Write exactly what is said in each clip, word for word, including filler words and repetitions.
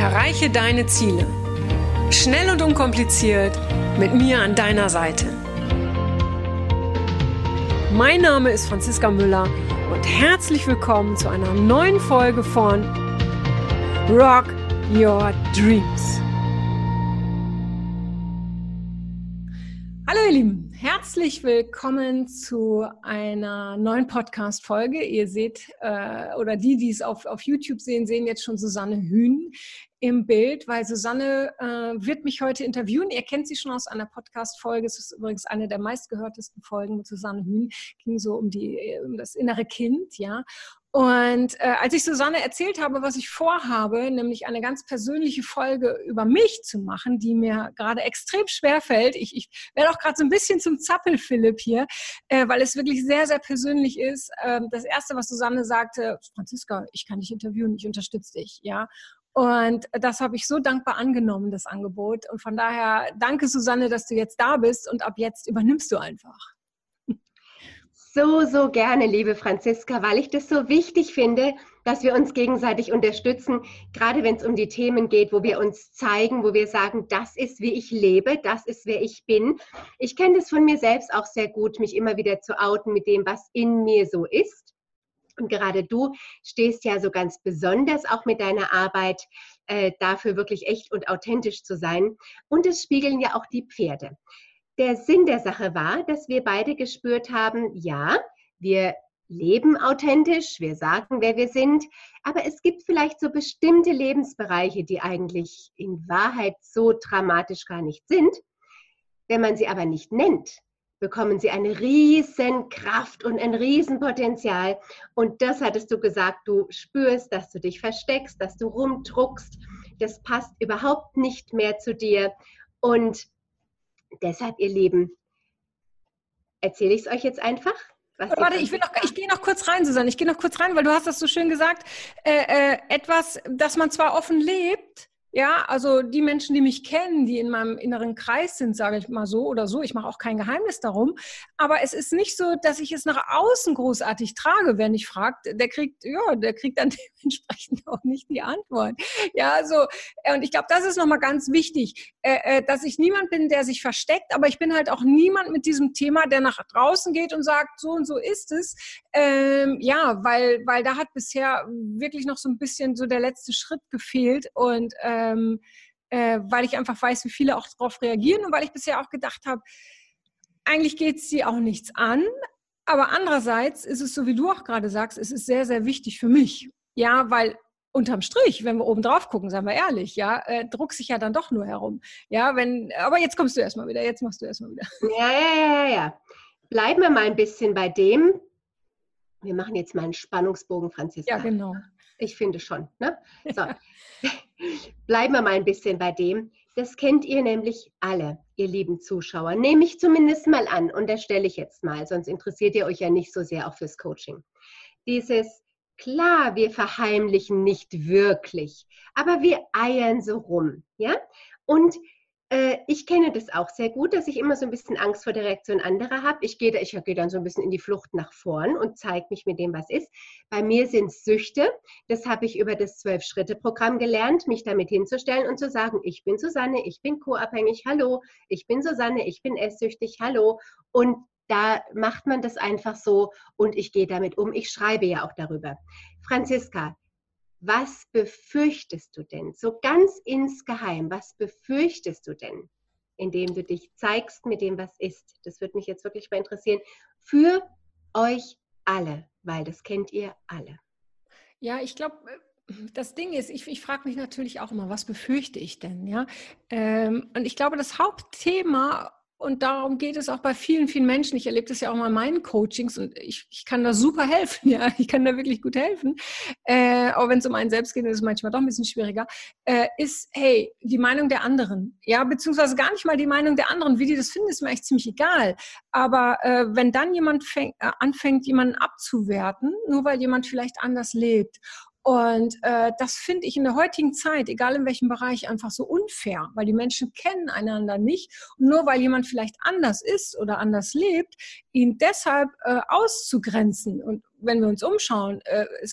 Erreiche deine Ziele. Schnell und unkompliziert mit mir an deiner Seite. Mein Name ist Franziska Müller und herzlich willkommen zu einer neuen Folge von Rock Your Dreams. Hallo ihr Lieben, herzlich willkommen zu einer neuen Podcast-Folge. Ihr seht, äh, oder die, die es auf, auf YouTube sehen, sehen jetzt schon Susanne Hühn im Bild, weil Susanne äh, wird mich heute interviewen. Ihr kennt sie schon aus einer Podcast-Folge. Es ist übrigens eine der meistgehörtesten Folgen mit Susanne Hühn. Ging so um, die, um das innere Kind, ja. Und äh, als ich Susanne erzählt habe, was ich vorhabe, nämlich eine ganz persönliche Folge über mich zu machen, die mir gerade extrem schwer fällt. Ich, ich werde auch gerade so ein bisschen zum Zappel-Philipp hier, äh, weil es wirklich sehr, sehr persönlich ist. Ähm, das Erste, was Susanne sagte, Franziska, ich kann dich interviewen, ich unterstütze dich, ja. Und das habe ich so dankbar angenommen, das Angebot. Und von daher danke, Susanne, dass du jetzt da bist und ab jetzt übernimmst du einfach. So, so gerne, liebe Franziska, weil ich das so wichtig finde, dass wir uns gegenseitig unterstützen, gerade wenn es um die Themen geht, wo wir uns zeigen, wo wir sagen, das ist, wie ich lebe, das ist, wer ich bin. Ich kenne das von mir selbst auch sehr gut, mich immer wieder zu outen mit dem, was in mir so ist. Und gerade du stehst ja so ganz besonders auch mit deiner Arbeit äh, dafür, wirklich echt und authentisch zu sein. Und es spiegeln ja auch die Pferde. Der Sinn der Sache war, dass wir beide gespürt haben, ja, wir leben authentisch, wir sagen, wer wir sind, aber es gibt vielleicht so bestimmte Lebensbereiche, die eigentlich in Wahrheit so dramatisch gar nicht sind. Wenn man sie aber nicht nennt, bekommen sie eine riesen Kraft und ein Riesenpotenzial. Und das hattest du gesagt, du spürst, dass du dich versteckst, dass du rumdruckst. Das passt überhaupt nicht mehr zu dir. Und deshalb, ihr Lieben, erzähle ich es euch jetzt einfach? Was Warte, ich, will noch, ich gehe noch kurz rein, Susanne. Ich gehe noch kurz rein, weil du hast das so schön gesagt. Äh, äh, etwas, das man zwar offen lebt, ja, also die Menschen, die mich kennen, die in meinem inneren Kreis sind, sage ich mal so oder so, ich mache auch kein Geheimnis darum, aber es ist nicht so, dass ich es nach außen großartig trage. Wer nicht fragt, der kriegt, ja, der kriegt dann dementsprechend auch nicht die Antwort. Ja, so, und ich glaube, das ist nochmal ganz wichtig, äh, dass ich niemand bin, der sich versteckt, aber ich bin halt auch niemand mit diesem Thema, der nach draußen geht und sagt, so und so ist es. Ähm, ja, weil, weil da hat bisher wirklich noch so ein bisschen so der letzte Schritt gefehlt und äh, Ähm, äh, weil ich einfach weiß, wie viele auch darauf reagieren und weil ich bisher auch gedacht habe, eigentlich geht es sie auch nichts an, aber andererseits ist es so, wie du auch gerade sagst, es ist sehr, sehr wichtig für mich, ja, weil unterm Strich, wenn wir oben drauf gucken, seien wir ehrlich, ja, äh, druckst sich ja dann doch nur herum, ja, wenn, aber jetzt kommst du erstmal wieder, jetzt machst du erstmal wieder. Ja, ja, ja, ja, bleiben wir mal ein bisschen bei dem, wir machen jetzt mal einen Spannungsbogen, Franziska. Ja, genau. Ich finde schon, ne? So. Bleiben wir mal ein bisschen bei dem. Das kennt ihr nämlich alle, ihr lieben Zuschauer. Nehme ich zumindest mal an und das stelle ich jetzt mal, sonst interessiert ihr euch ja nicht so sehr auch fürs Coaching. Dieses, klar, wir verheimlichen nicht wirklich, aber wir eiern so rum, ja? Und äh, ich kenne das auch sehr gut, dass ich immer so ein bisschen Angst vor der Reaktion anderer habe. Ich gehe da, ich gehe dann so ein bisschen in die Flucht nach vorn und zeige mich mit dem, was ist. Bei mir sind es Süchte. Das habe ich über das Zwölf-Schritte-Programm gelernt, mich damit hinzustellen und zu sagen, ich bin Susanne, ich bin co-abhängig, hallo, ich bin Susanne, ich bin esssüchtig, hallo. Und da macht man das einfach so und ich gehe damit um. Ich schreibe ja auch darüber. Franziska, was befürchtest du denn? So ganz insgeheim, was befürchtest du denn, indem du dich zeigst mit dem, was ist? Das würde mich jetzt wirklich mal interessieren. Für euch alle, weil das kennt ihr alle. Ja, ich glaube, das Ding ist, ich, ich frage mich natürlich auch immer, was befürchte ich denn? Ja? Ähm, und ich glaube, das Hauptthema, und darum geht es auch bei vielen, vielen Menschen, ich erlebe das ja auch mal in meinen Coachings und ich, ich kann da super helfen, ja, ich kann da wirklich gut helfen, äh, auch wenn es um einen selbst geht, ist es manchmal doch ein bisschen schwieriger, äh, ist, hey, die Meinung der anderen, ja, beziehungsweise gar nicht mal die Meinung der anderen, wie die das finden, ist mir eigentlich ziemlich egal, aber äh, wenn dann jemand fäng, äh, anfängt, jemanden abzuwerten, nur weil jemand vielleicht anders lebt. Und äh, das finde ich in der heutigen Zeit, egal in welchem Bereich, einfach so unfair, weil die Menschen kennen einander nicht. Und nur weil jemand vielleicht anders ist oder anders lebt, ihn deshalb äh, auszugrenzen. Und wenn wir uns umschauen, äh, es gibt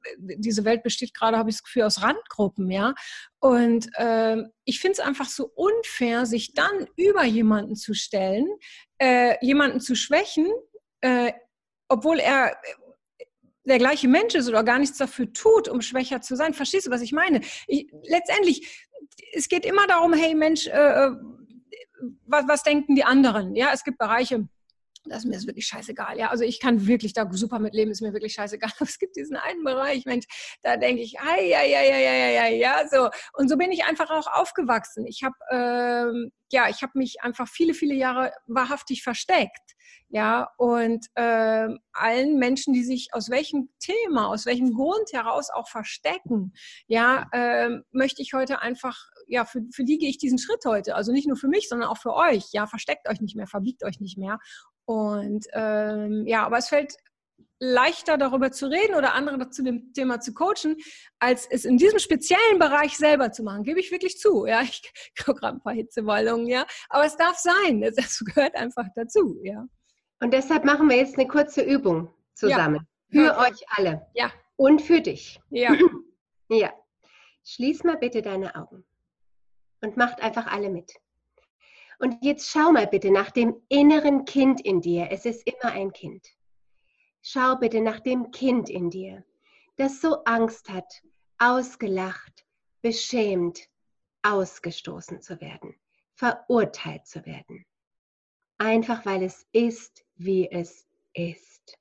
diese Welt besteht gerade, habe ich das Gefühl, aus Randgruppen, ja. Und äh, ich finde es einfach so unfair, sich dann über jemanden zu stellen, äh, jemanden zu schwächen, äh, obwohl er der gleiche Mensch ist oder gar nichts dafür tut, um schwächer zu sein. Verstehst du, was ich meine? Ich, letztendlich, es geht immer darum, hey Mensch, äh, was, was denken die anderen? Ja, es gibt Bereiche, das ist mir wirklich scheißegal. Ja, also ich kann wirklich da super mit leben, ist mir wirklich scheißegal. Aber es gibt diesen einen Bereich, Mensch, da denke ich, ei, ei, ei, ei, ei, ei, ja, so. Und so bin ich einfach auch aufgewachsen. Ich habe, ähm, ja, ich habe mich einfach viele, viele Jahre wahrhaftig versteckt. Ja, und äh, allen Menschen, die sich aus welchem Thema, aus welchem Grund heraus auch verstecken, ja, äh, möchte ich heute einfach, ja, für, für die gehe ich diesen Schritt heute. Also nicht nur für mich, sondern auch für euch. Ja, versteckt euch nicht mehr, verbiegt euch nicht mehr. Und ähm, ja, aber es fällt leichter darüber zu reden oder andere zu dem Thema zu coachen, als es in diesem speziellen Bereich selber zu machen, gebe ich wirklich zu. Ja, ich kriege gerade ein paar Hitzewallungen, ja, aber es darf sein, das gehört einfach dazu, ja. Und deshalb machen wir jetzt eine kurze Übung zusammen. Ja. Für okay. euch alle. Ja. Und für dich. Ja. Ja. Schließ mal bitte deine Augen. Und macht einfach alle mit. Und jetzt schau mal bitte nach dem inneren Kind in dir. Es ist immer ein Kind. Schau bitte nach dem Kind in dir, das so Angst hat, ausgelacht, beschämt, ausgestoßen zu werden, verurteilt zu werden. Einfach weil es ist, wie es ist.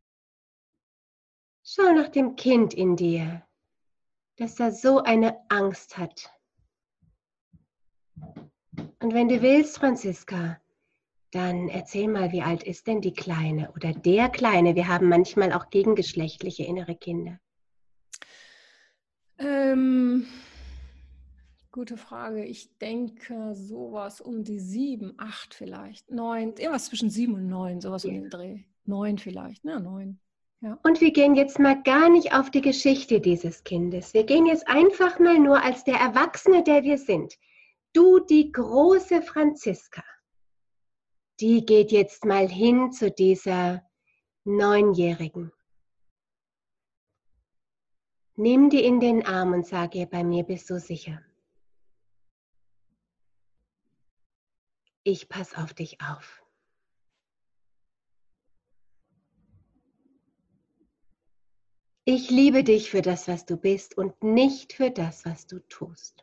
Schau nach dem Kind in dir, das da so eine Angst hat. Und wenn du willst, Franziska, dann erzähl mal, wie alt ist denn die Kleine oder der Kleine? Wir haben manchmal auch gegengeschlechtliche innere Kinder. Ähm, gute Frage. Ich denke, sowas um die sieben, acht vielleicht, neun, irgendwas zwischen sieben und neun, sowas ja. um den Dreh. Neun vielleicht, ne, neun. Ja. Und wir gehen jetzt mal gar nicht auf die Geschichte dieses Kindes. Wir gehen jetzt einfach mal nur als der Erwachsene, der wir sind. Du, die große Franziska, die geht jetzt mal hin zu dieser Neunjährigen. Nimm die in den Arm und sag ihr, bei mir bist du sicher. Ich pass auf dich auf. Ich liebe dich für das, was du bist und nicht für das, was du tust.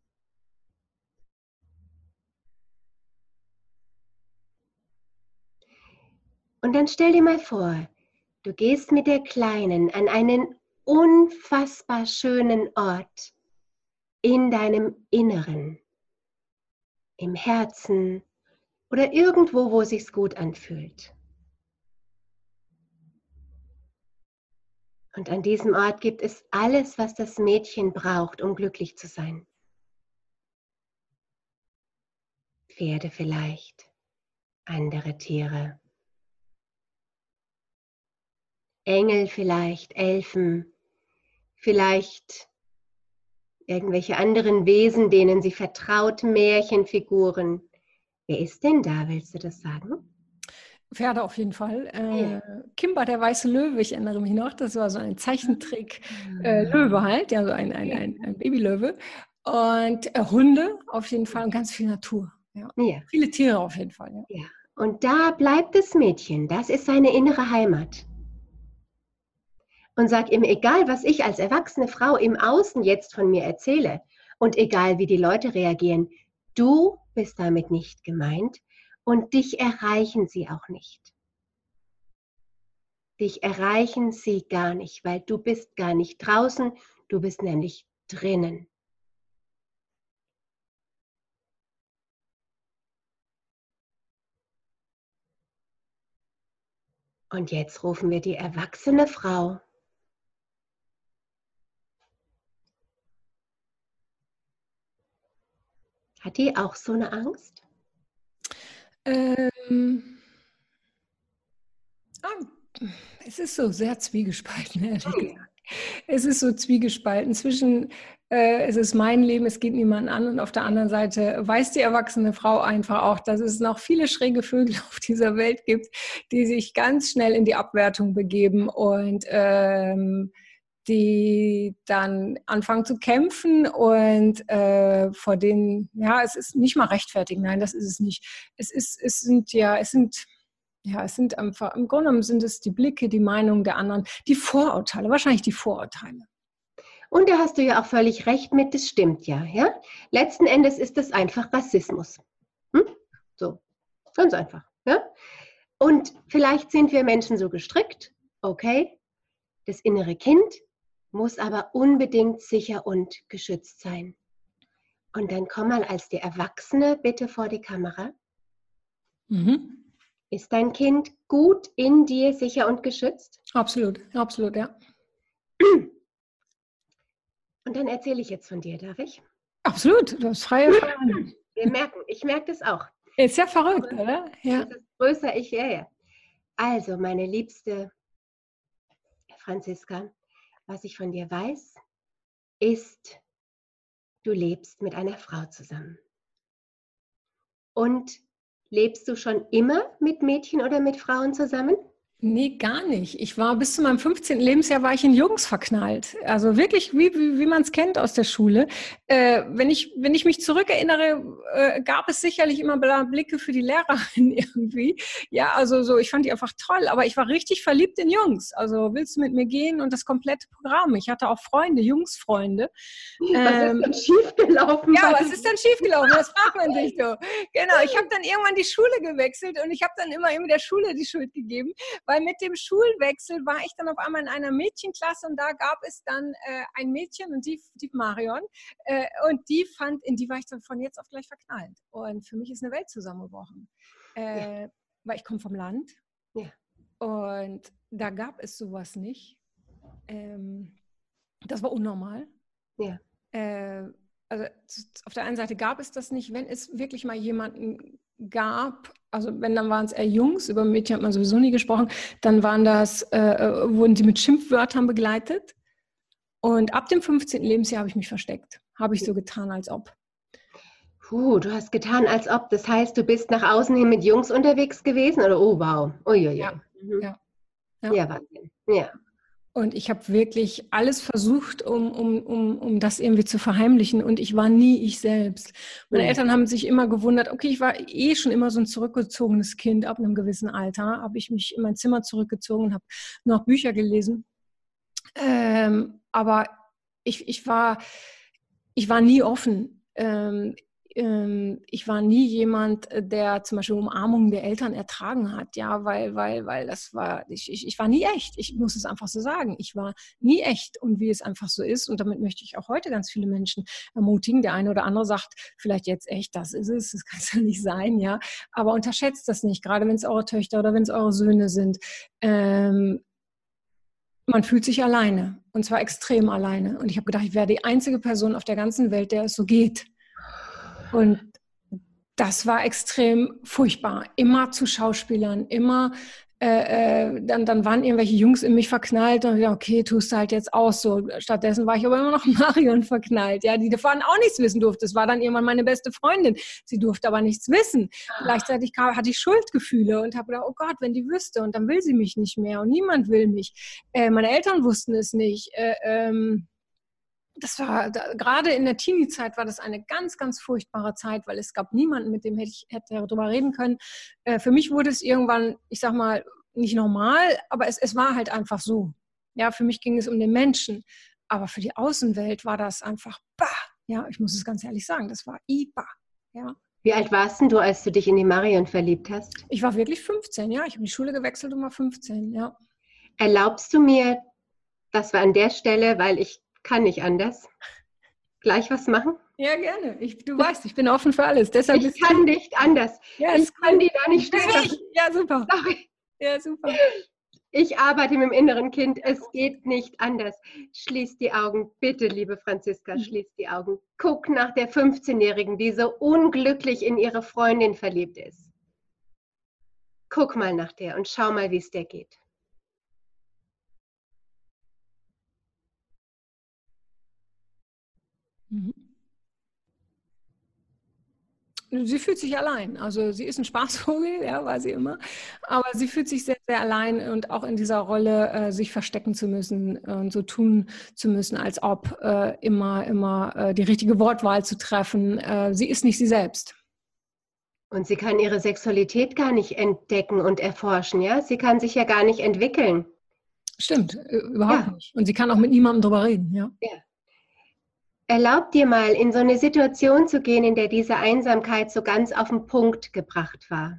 Und dann stell dir mal vor, du gehst mit der Kleinen an einen unfassbar schönen Ort in deinem Inneren, im Herzen oder irgendwo, wo es sich gut anfühlt. Und an diesem Ort gibt es alles, was das Mädchen braucht, um glücklich zu sein. Pferde vielleicht, andere Tiere. Engel vielleicht, Elfen, vielleicht irgendwelche anderen Wesen, denen sie vertraut, Märchenfiguren. Wer ist denn da, willst du das sagen? Pferde auf jeden Fall. Äh, ja. Kimba, der weiße Löwe, ich erinnere mich noch, das war so ein Zeichentrick-Löwe äh, halt, ja, so ein, ein, ein, ein Babylöwe. Und äh, Hunde auf jeden Fall und ganz viel Natur. Ja. Ja. Viele Tiere auf jeden Fall. Ja. Ja. Und da bleibt das Mädchen, das ist seine innere Heimat. Und sag ihm, egal was ich als erwachsene Frau im Außen jetzt von mir erzähle und egal wie die Leute reagieren, du bist damit nicht gemeint und dich erreichen sie auch nicht. Dich erreichen sie gar nicht, weil du bist gar nicht draußen, du bist nämlich drinnen. Und jetzt rufen wir die erwachsene Frau. Hat die auch so eine Angst? Ähm, ah, es ist so sehr zwiegespalten, ehrlich gesagt. Es ist so zwiegespalten zwischen, äh, es ist mein Leben, es geht niemanden an und auf der anderen Seite weiß die erwachsene Frau einfach auch, dass es noch viele schräge Vögel auf dieser Welt gibt, die sich ganz schnell in die Abwertung begeben und ähm, die dann anfangen zu kämpfen und äh, vor denen, ja, es ist nicht mal rechtfertigen, nein, das ist es nicht. Es ist, es sind ja, es sind, ja, es sind einfach, im Grunde genommen sind es die Blicke, die Meinungen der anderen, die Vorurteile, wahrscheinlich die Vorurteile. Und da hast du ja auch völlig recht mit, das stimmt ja, ja. Letzten Endes ist das einfach Rassismus. Hm? So, ganz einfach, ja. Und vielleicht sind wir Menschen so gestrickt, okay, das innere Kind muss aber unbedingt sicher und geschützt sein. Und dann komm mal als der Erwachsene bitte vor die Kamera. Mhm. Ist dein Kind gut in dir sicher und geschützt? Absolut, absolut, ja. Und dann erzähle ich jetzt von dir, darf ich? Absolut, du hast freie Fahne. Wir merken, ich merke das auch. Ist ja verrückt, oder? Ja. Das ist größer, ich, ja, ja. Also, meine liebste Franziska, was ich von dir weiß, ist, du lebst mit einer Frau zusammen. Und lebst du schon immer mit Mädchen oder mit Frauen zusammen? Nee, gar nicht. Ich war bis zu meinem fünfzehnten Lebensjahr war ich in Jungs verknallt. Also wirklich, wie, wie, wie man es kennt aus der Schule. Äh, wenn ich, wenn ich mich zurückerinnere, äh, gab es sicherlich immer Blicke für die Lehrerin irgendwie. Ja, also so, ich fand die einfach toll, aber ich war richtig verliebt in Jungs. Also willst du mit mir gehen und das komplette Programm. Ich hatte auch Freunde, Jungsfreunde. Was ist Ähm, denn schiefgelaufen? Ja, was ist dann schiefgelaufen? Das fragt man sich doch. Genau, ich habe dann irgendwann die Schule gewechselt und ich habe dann immer, immer der Schule die Schuld gegeben, weil mit dem Schulwechsel war ich dann auf einmal in einer Mädchenklasse und da gab es dann äh, ein Mädchen und die, die Marion äh, und die fand, in die war ich dann von jetzt auf gleich verknallt. Und für mich ist eine Welt zusammengebrochen, äh, Ja. weil ich komme vom Land Ja. und da gab es sowas nicht. Ähm, das war unnormal. Ja. Äh, also auf der einen Seite gab es das nicht, wenn es wirklich mal jemanden gab, also wenn, dann waren es eher Jungs, über Mädchen hat man sowieso nie gesprochen, dann waren das, äh, wurden die mit Schimpfwörtern begleitet und ab dem fünfzehnten Lebensjahr habe ich mich versteckt, habe ich so getan, als ob. Puh, du hast getan, als ob. Das heißt, du bist nach außen hin mit Jungs unterwegs gewesen? Oder, oh wow, uiuiui. Ja, Mhm. ja, ja. Ja, Wahnsinn. Ja. Und ich habe wirklich alles versucht, um, um, um, um das irgendwie zu verheimlichen. Und ich war nie ich selbst. Meine Mhm. Eltern haben sich immer gewundert, okay, ich war eh schon immer so ein zurückgezogenes Kind ab einem gewissen Alter. Habe ich mich in mein Zimmer zurückgezogen und habe noch Bücher gelesen. Ähm, aber ich, ich, war, ich war nie offen. Ähm, ähm, ich war nie jemand, der zum Beispiel Umarmungen der Eltern ertragen hat, ja, weil, weil, weil das war, ich, ich, ich war nie echt. Ich muss es einfach so sagen. Ich war nie echt und wie es einfach so ist. Und damit möchte ich auch heute ganz viele Menschen ermutigen. Der eine oder andere sagt vielleicht jetzt echt, das ist es, das kann es ja nicht sein, ja. Aber unterschätzt das nicht, gerade wenn es eure Töchter oder wenn es eure Söhne sind. Ähm, Man fühlt sich alleine und zwar extrem alleine. Und ich habe gedacht, ich wäre die einzige Person auf der ganzen Welt, der es so geht. Und das war extrem furchtbar. Immer zu Schauspielern, immer, äh, äh, dann, dann waren irgendwelche Jungs in mich verknallt und ich dachte, okay, tust du halt jetzt auch so. Stattdessen war ich aber immer noch Marion verknallt, ja, die davon auch nichts wissen durfte. Das war dann irgendwann meine beste Freundin. Sie durfte aber nichts wissen. Gleichzeitig kam, hatte ich Schuldgefühle und habe gedacht, oh Gott, wenn die wüsste und dann will sie mich nicht mehr und niemand will mich. Äh, meine Eltern wussten es nicht. Äh, ähm, Das war, da, gerade in der Teenie-Zeit war das eine ganz, ganz furchtbare Zeit, weil es gab niemanden, mit dem hätte ich hätte darüber reden können. Äh, für mich wurde es irgendwann, ich sag mal, nicht normal, aber es, es war halt einfach so. Ja, für mich ging es um den Menschen. Aber für die Außenwelt war das einfach, bah. Ja, ich muss es ganz ehrlich sagen, das war iba. Ja. Wie alt warst denn du, als du dich in die Marion verliebt hast? Ich war wirklich fünfzehn, ja. Ich habe die Schule gewechselt und war fünfzehn, ja. Erlaubst du mir, dass wir an der Stelle, weil ich kann nicht anders, gleich was machen? Ja, gerne. Ich, du weißt, ich bin offen für alles. Deshalb Ich bist kann du. nicht anders. Ja, Ich ist kann cool. die da nicht stehen Deswegen, lassen. ja, super. Sorry. Ja, super. Ich arbeite mit dem inneren Kind. Es geht nicht anders. Schließ die Augen. Bitte, liebe Franziska, schließ die Augen. Guck nach der fünfzehnjährigen, die so unglücklich in ihre Freundin verliebt ist. Guck mal nach der und schau mal, wie es der geht. Sie fühlt sich allein. Also sie ist ein Spaßvogel, ja, war sie immer. Aber sie fühlt sich sehr, sehr allein und auch in dieser Rolle, äh, sich verstecken zu müssen und so tun zu müssen, als ob äh, immer, immer äh, die richtige Wortwahl zu treffen. Äh, sie ist nicht sie selbst. Und sie kann ihre Sexualität gar nicht entdecken und erforschen, ja? Sie kann sich ja gar nicht entwickeln. Stimmt, äh, überhaupt Ja. nicht. Und sie kann auch mit niemandem drüber reden, ja. Ja. Erlaub dir mal, in so eine Situation zu gehen, in der diese Einsamkeit so ganz auf den Punkt gebracht war.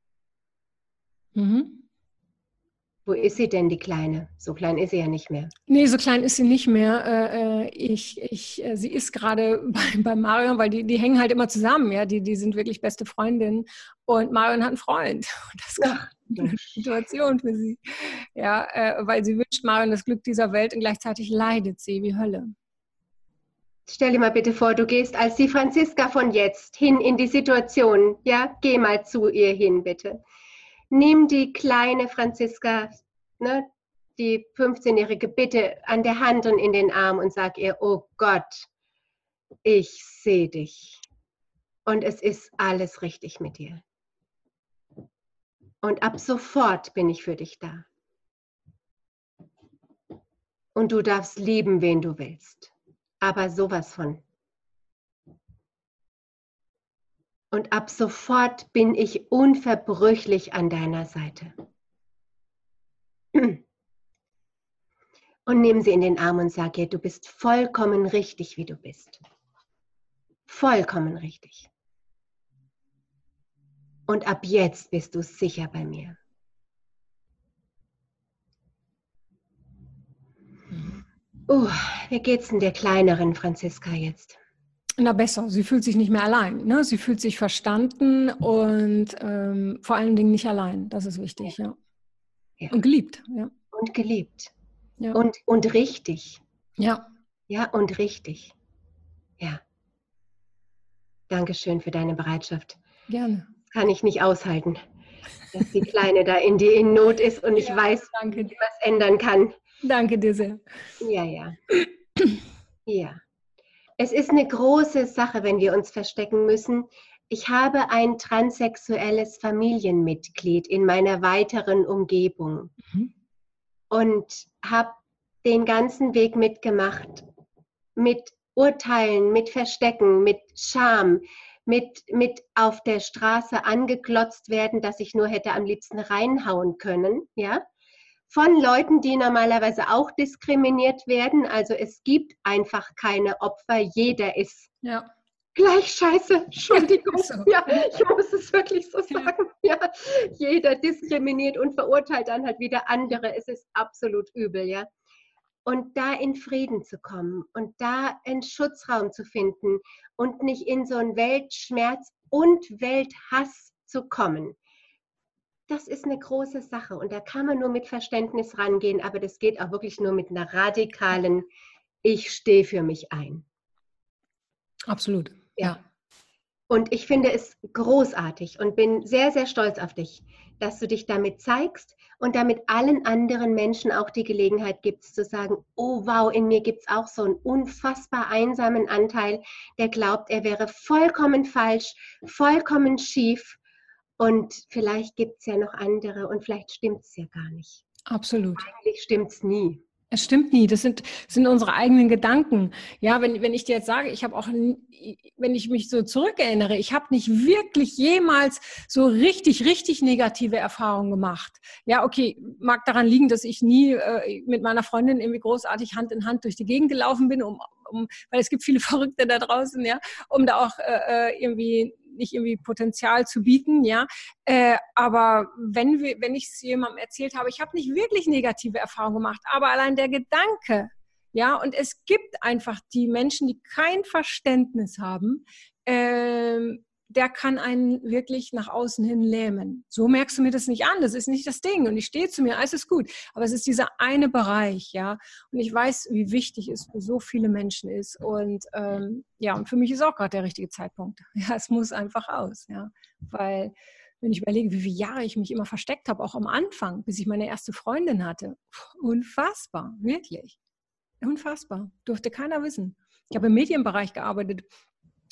Mhm. Wo ist sie denn, die Kleine? So klein ist sie ja nicht mehr. Nee, so klein ist sie nicht mehr. Äh, ich, ich, äh, sie ist gerade bei, bei Marion, weil die, die hängen halt immer zusammen, ja. Die, die sind wirklich beste Freundinnen. Und Marion hat einen Freund. Und das ist Ach, eine Situation für sie. Ja, äh, weil sie wünscht Marion das Glück dieser Welt und gleichzeitig leidet sie wie Hölle. stell dir mal bitte vor, du gehst als die Franziska von jetzt hin in die Situation. Ja, geh mal zu ihr hin, bitte. Nimm die kleine Franziska, ne, die fünfzehnjährige, bitte an der Hand und in den Arm und sag ihr, oh Gott, ich sehe dich. Und es ist alles richtig mit dir. Und ab sofort bin ich für dich da. Und du darfst lieben, wen du willst. Aber sowas von. Und ab sofort bin ich unverbrüchlich an deiner Seite. Und nimm sie in den Arm und sag ihr, du bist vollkommen richtig, wie du bist. Vollkommen richtig. Und ab jetzt bist du sicher bei mir. Uh, wie geht's denn der kleineren Franziska jetzt? Na besser, sie fühlt sich nicht mehr allein. Ne? Sie fühlt sich verstanden und ähm, vor allen Dingen nicht allein. Das ist wichtig, ja. Ja. Und geliebt, ja. Und geliebt. Ja. Und, und richtig. Ja. Ja, und richtig. Ja. Dankeschön für deine Bereitschaft. Gerne. Das kann ich nicht aushalten, dass die Kleine da in die in Not ist und ich Ja, weiß, danke. wie ich was ändern kann. Danke dir sehr. Ja, ja. Ja. Es ist eine große Sache, wenn wir uns verstecken müssen. Ich habe ein transsexuelles Familienmitglied in meiner weiteren Umgebung Mhm. und habe den ganzen Weg mitgemacht, mit Urteilen, mit Verstecken, mit Scham, mit, mit auf der Straße angeglotzt werden, dass ich nur hätte am liebsten reinhauen können, ja, von Leuten, die normalerweise auch diskriminiert werden. Also es gibt einfach keine Opfer, jeder ist Ja. gleich scheiße, Entschuldigung, Ja, so. Ja, ich muss es wirklich so sagen. Ja. Ja. Jeder diskriminiert und verurteilt dann halt wieder andere. Es ist absolut übel, ja. Und da in Frieden zu kommen und da einen Schutzraum zu finden und nicht in so einen Weltschmerz und Welthass zu kommen. Das ist eine große Sache und da kann man nur mit Verständnis rangehen, aber das geht auch wirklich nur mit einer radikalen, ich stehe für mich ein. Absolut, Ja. ja. Und ich finde es großartig und bin sehr, sehr stolz auf dich, dass du dich damit zeigst und damit allen anderen Menschen auch die Gelegenheit gibst zu sagen, oh wow, in mir gibt es auch so einen unfassbar einsamen Anteil, der glaubt, er wäre vollkommen falsch, vollkommen schief. Und vielleicht gibt es ja noch andere und vielleicht stimmt es ja gar nicht. Absolut. Eigentlich stimmt es nie. Es stimmt nie. Das sind, sind unsere eigenen Gedanken. Ja, wenn, wenn ich dir jetzt sage, ich habe auch, wenn ich mich so zurückerinnere, ich habe nicht wirklich jemals so richtig, richtig negative Erfahrungen gemacht. Ja, okay, mag daran liegen, dass ich nie äh, mit meiner Freundin irgendwie großartig Hand in Hand durch die Gegend gelaufen bin, um, um, weil es gibt viele Verrückte da draußen, ja, um da auch äh, irgendwie nicht irgendwie Potenzial zu bieten, ja. Äh, aber wenn wir, wenn ich es jemandem erzählt habe, ich habe nicht wirklich negative Erfahrungen gemacht, aber allein der Gedanke, ja, und es gibt einfach die Menschen, die kein Verständnis haben, ähm, der kann einen wirklich nach außen hin lähmen. So merkst du mir das nicht an, das ist nicht das Ding und ich stehe zu mir, alles ist gut, aber es ist dieser eine Bereich, ja, und ich weiß, wie wichtig es für so viele Menschen ist und ähm, ja, und für mich ist auch gerade der richtige Zeitpunkt. Ja, es muss einfach aus, ja, weil wenn ich überlege, wie viele Jahre ich mich immer versteckt habe, auch am Anfang, bis ich meine erste Freundin hatte, unfassbar, wirklich, unfassbar, durfte keiner wissen. Ich habe im Medienbereich gearbeitet.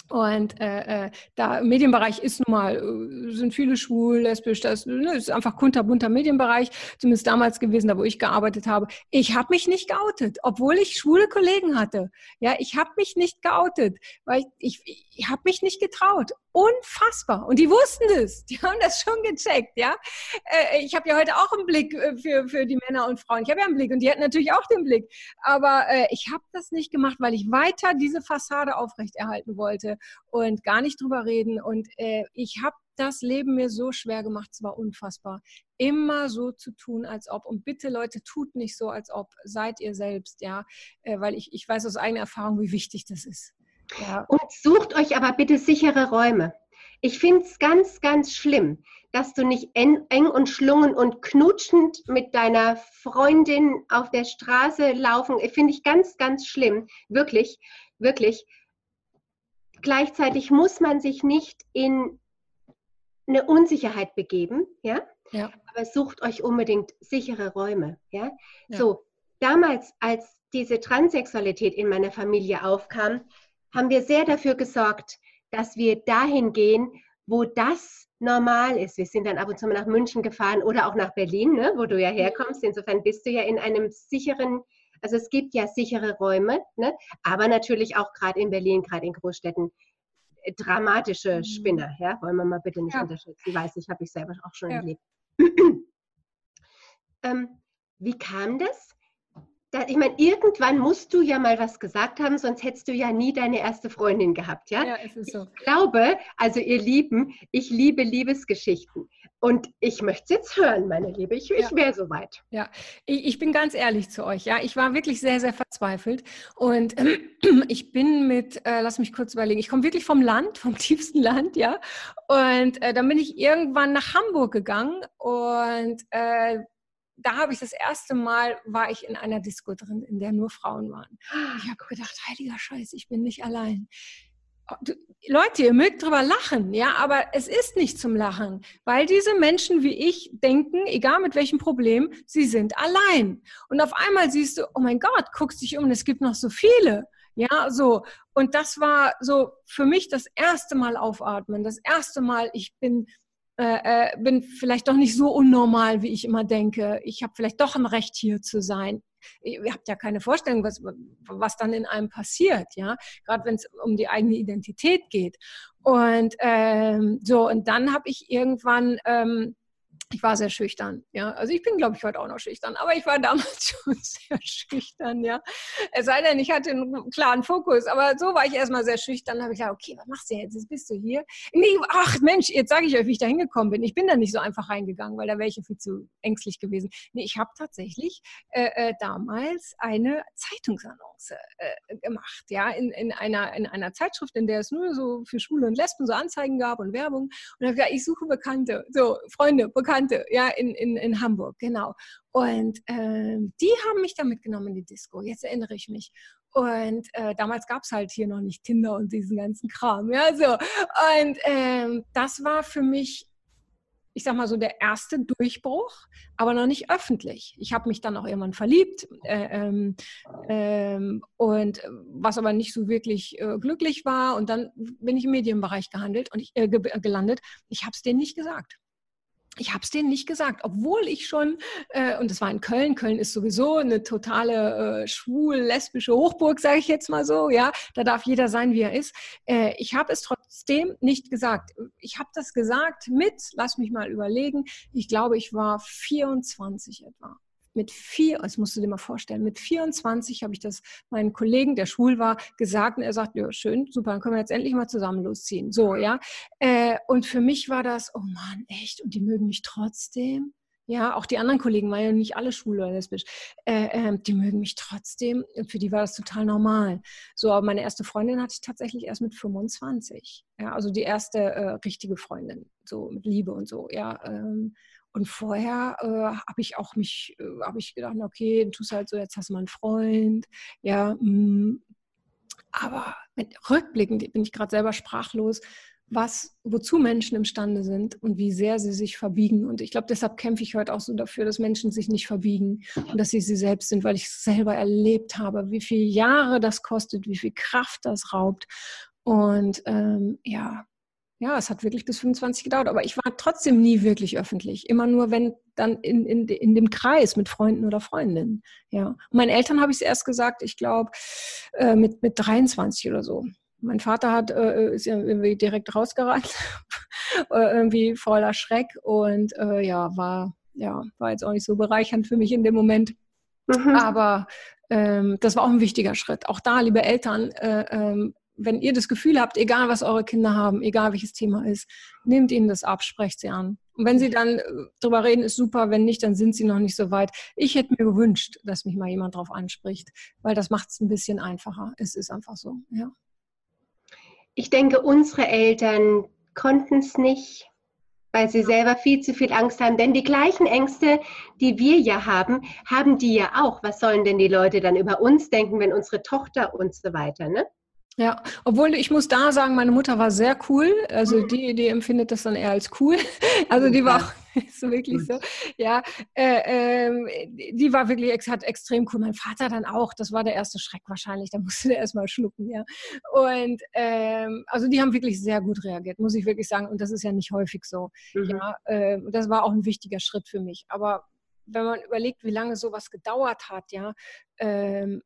Und äh, äh, da im Medienbereich ist nun mal, äh, sind viele schwul, lesbisch, das ne, ist einfach kunterbunter Medienbereich, zumindest damals gewesen, da wo ich gearbeitet habe. Ich habe mich nicht geoutet, obwohl ich schwule Kollegen hatte. Ja, ich habe mich nicht geoutet, weil ich, ich, ich habe mich nicht getraut. Unfassbar. Und die wussten das. Die haben das schon gecheckt, ja. Äh, ich habe ja heute auch einen Blick für, für die Männer und Frauen. Ich habe ja einen Blick und die hatten natürlich auch den Blick. Aber äh, ich habe das nicht gemacht, weil ich weiter diese Fassade aufrechterhalten wollte und gar nicht drüber reden. Und äh, ich habe das Leben mir so schwer gemacht, es war unfassbar. Immer so zu tun, als ob. Und bitte, Leute, tut nicht so, als ob. Seid ihr selbst, ja. Äh, weil ich, ich weiß aus eigener Erfahrung, wie wichtig das ist. Ja. Und sucht euch aber bitte sichere Räume. Ich finde es ganz, ganz schlimm, dass du nicht eng, eng und schlungen und knutschend mit deiner Freundin auf der Straße laufen. Finde ich ganz, ganz schlimm. Wirklich, wirklich. Gleichzeitig muss man sich nicht in eine Unsicherheit begeben, ja? Ja. Aber sucht euch unbedingt sichere Räume, ja? Ja. So, damals, als diese Transsexualität in meiner Familie aufkam, haben wir sehr dafür gesorgt, dass wir dahin gehen, wo das normal ist. Wir sind dann ab und zu mal nach München gefahren oder auch nach Berlin, ne, wo du ja herkommst. Insofern bist du ja in einem sicheren, also es gibt ja sichere Räume, ne, aber natürlich auch gerade in Berlin, gerade in Großstädten, dramatische Spinner. Ja, wollen wir mal bitte nicht Ja. unterschätzen. Weiß ich, habe ich selber auch schon Ja. erlebt. ähm, wie kam das? Da, ich meine, irgendwann musst du ja mal was gesagt haben, sonst hättest du ja nie deine erste Freundin gehabt, ja? Ja, es ist so. Ich glaube, also ihr Lieben, ich liebe Liebesgeschichten. Und ich möchte es jetzt hören, meine Liebe. Ich, Ja. ich wäre soweit. Ja, ich, ich bin ganz ehrlich zu euch. Ja, ich war wirklich sehr, sehr verzweifelt. Und äh, ich bin mit, äh, lass mich kurz überlegen, ich komme wirklich vom Land, vom tiefsten Land, ja. Und äh, dann bin ich irgendwann nach Hamburg gegangen und äh, da habe ich das erste Mal, war ich in einer Disco drin, in der nur Frauen waren. Ich habe gedacht, heiliger Scheiß, ich bin nicht allein. Du, Leute, ihr mögt drüber lachen, ja, aber es ist nicht zum Lachen, weil diese Menschen wie ich denken, egal mit welchem Problem, sie sind allein. Und auf einmal siehst du, oh mein Gott, guckst dich um, es gibt noch so viele. Ja, so. Und das war so für mich das erste Mal aufatmen, das erste Mal, ich bin Äh, äh, bin vielleicht doch nicht so unnormal, wie ich immer denke. Ich habe vielleicht doch ein Recht, hier zu sein. Ihr habt ja keine Vorstellung, was, was dann in einem passiert, ja. Gerade wenn es um die eigene Identität geht. Und ähm, so, und dann habe ich irgendwann ähm, ich war sehr schüchtern, ja. Also ich bin, glaube ich, heute auch noch schüchtern, aber ich war damals schon sehr schüchtern, ja. Es sei denn, ich hatte einen klaren Fokus, aber so war ich erstmal sehr schüchtern. Dann habe ich gedacht, okay, was machst du jetzt? Jetzt bist du hier. Nee, ach Mensch, jetzt sage ich euch, wie ich da hingekommen bin. Ich bin da nicht so einfach reingegangen, weil da wäre ich ja viel zu ängstlich gewesen. Nee, ich habe tatsächlich äh, äh, damals eine Zeitungsannonce äh, gemacht, ja, in, in, einer, in einer Zeitschrift, in der es nur so für Schwule und Lesben so Anzeigen gab und Werbung. Und habe gesagt, ich suche Bekannte, so Freunde, Bekannte. Ja, in, in, in Hamburg, genau. Und äh, die haben mich da mitgenommen in die Disco, jetzt erinnere ich mich. Und äh, damals gab es halt hier noch nicht Tinder und diesen ganzen Kram, ja, so. Und ähm, das war für mich, ich sag mal so, der erste Durchbruch, aber noch nicht öffentlich. Ich habe mich dann auch irgendwann verliebt äh, ähm, ähm, und was aber nicht so wirklich äh, glücklich war. Und dann bin ich im Medienbereich gehandelt und ich, äh, ge gelandet. Ich habe es denen nicht gesagt. Ich habe es denen nicht gesagt, obwohl ich schon, äh, und das war in Köln, Köln ist sowieso eine totale äh, schwul-lesbische Hochburg, sage ich jetzt mal so, ja, da darf jeder sein, wie er ist. Äh, ich habe es trotzdem nicht gesagt. Ich habe das gesagt mit, lass mich mal überlegen, ich glaube, ich war vierundzwanzig etwa. Mit vier, das musst du dir mal vorstellen, mit vierundzwanzig habe ich das meinem Kollegen, der schwul war, gesagt und er sagt, ja schön, super, dann können wir jetzt endlich mal zusammen losziehen. So, ja. Äh, und für mich war das, oh Mann, echt? Und die mögen mich trotzdem? Ja, auch die anderen Kollegen waren ja nicht alle schwul oder lesbisch. Äh, äh, die mögen mich trotzdem. Und für die war das total normal. So, aber meine erste Freundin hatte ich tatsächlich erst mit fünfundzwanzig. Ja, also die erste äh, richtige Freundin, so mit Liebe und so, ja. Ähm, Und vorher äh, habe ich auch mich, äh, habe ich gedacht, okay, du tust halt so, jetzt hast du mal einen Freund, ja, mh. Aber mit rückblickend bin ich gerade selber sprachlos, was, wozu Menschen imstande sind und wie sehr sie sich verbiegen. Und ich glaube, deshalb kämpfe ich heute auch so dafür, dass Menschen sich nicht verbiegen und dass sie sie selbst sind, weil ich es selber erlebt habe, wie viele Jahre das kostet, wie viel Kraft das raubt. Und ähm, ja, ja, es hat wirklich bis fünfundzwanzig gedauert, aber ich war trotzdem nie wirklich öffentlich. Immer nur, wenn dann in, in, in dem Kreis mit Freunden oder Freundinnen. Ja. Und meinen Eltern habe ich es erst gesagt, ich glaube, äh, mit, mit dreiundzwanzig oder so. Mein Vater hat, äh, ist ja irgendwie direkt rausgerannt, irgendwie voller Schreck und äh, ja, war, ja, war jetzt auch nicht so bereichernd für mich in dem Moment. Mhm. Aber ähm, das war auch ein wichtiger Schritt. Auch da, liebe Eltern, äh, ähm, wenn ihr das Gefühl habt, egal was eure Kinder haben, egal welches Thema ist, nehmt ihnen das ab, sprecht sie an. Und wenn sie dann drüber reden, ist super. Wenn nicht, dann sind sie noch nicht so weit. Ich hätte mir gewünscht, dass mich mal jemand drauf anspricht, weil das macht es ein bisschen einfacher. Es ist einfach so, ja. Ich denke, unsere Eltern konnten es nicht, weil sie selber viel zu viel Angst haben. Denn die gleichen Ängste, die wir ja haben, haben die ja auch. Was sollen denn die Leute dann über uns denken, wenn unsere Tochter und so weiter, ne? Ja, obwohl ich muss da sagen, meine Mutter war sehr cool. Also die, die empfindet das dann eher als cool. Also die war auch so wirklich so. Ja, äh, äh, die war wirklich, hat extrem cool. Mein Vater dann auch. Das war der erste Schreck wahrscheinlich. Da musste der erstmal schlucken, ja. Und ähm, also die haben wirklich sehr gut reagiert, muss ich wirklich sagen. Und das ist ja nicht häufig so. Mhm. Ja, äh, das war auch ein wichtiger Schritt für mich. Aber wenn man überlegt, wie lange sowas gedauert hat, ja. Ähm,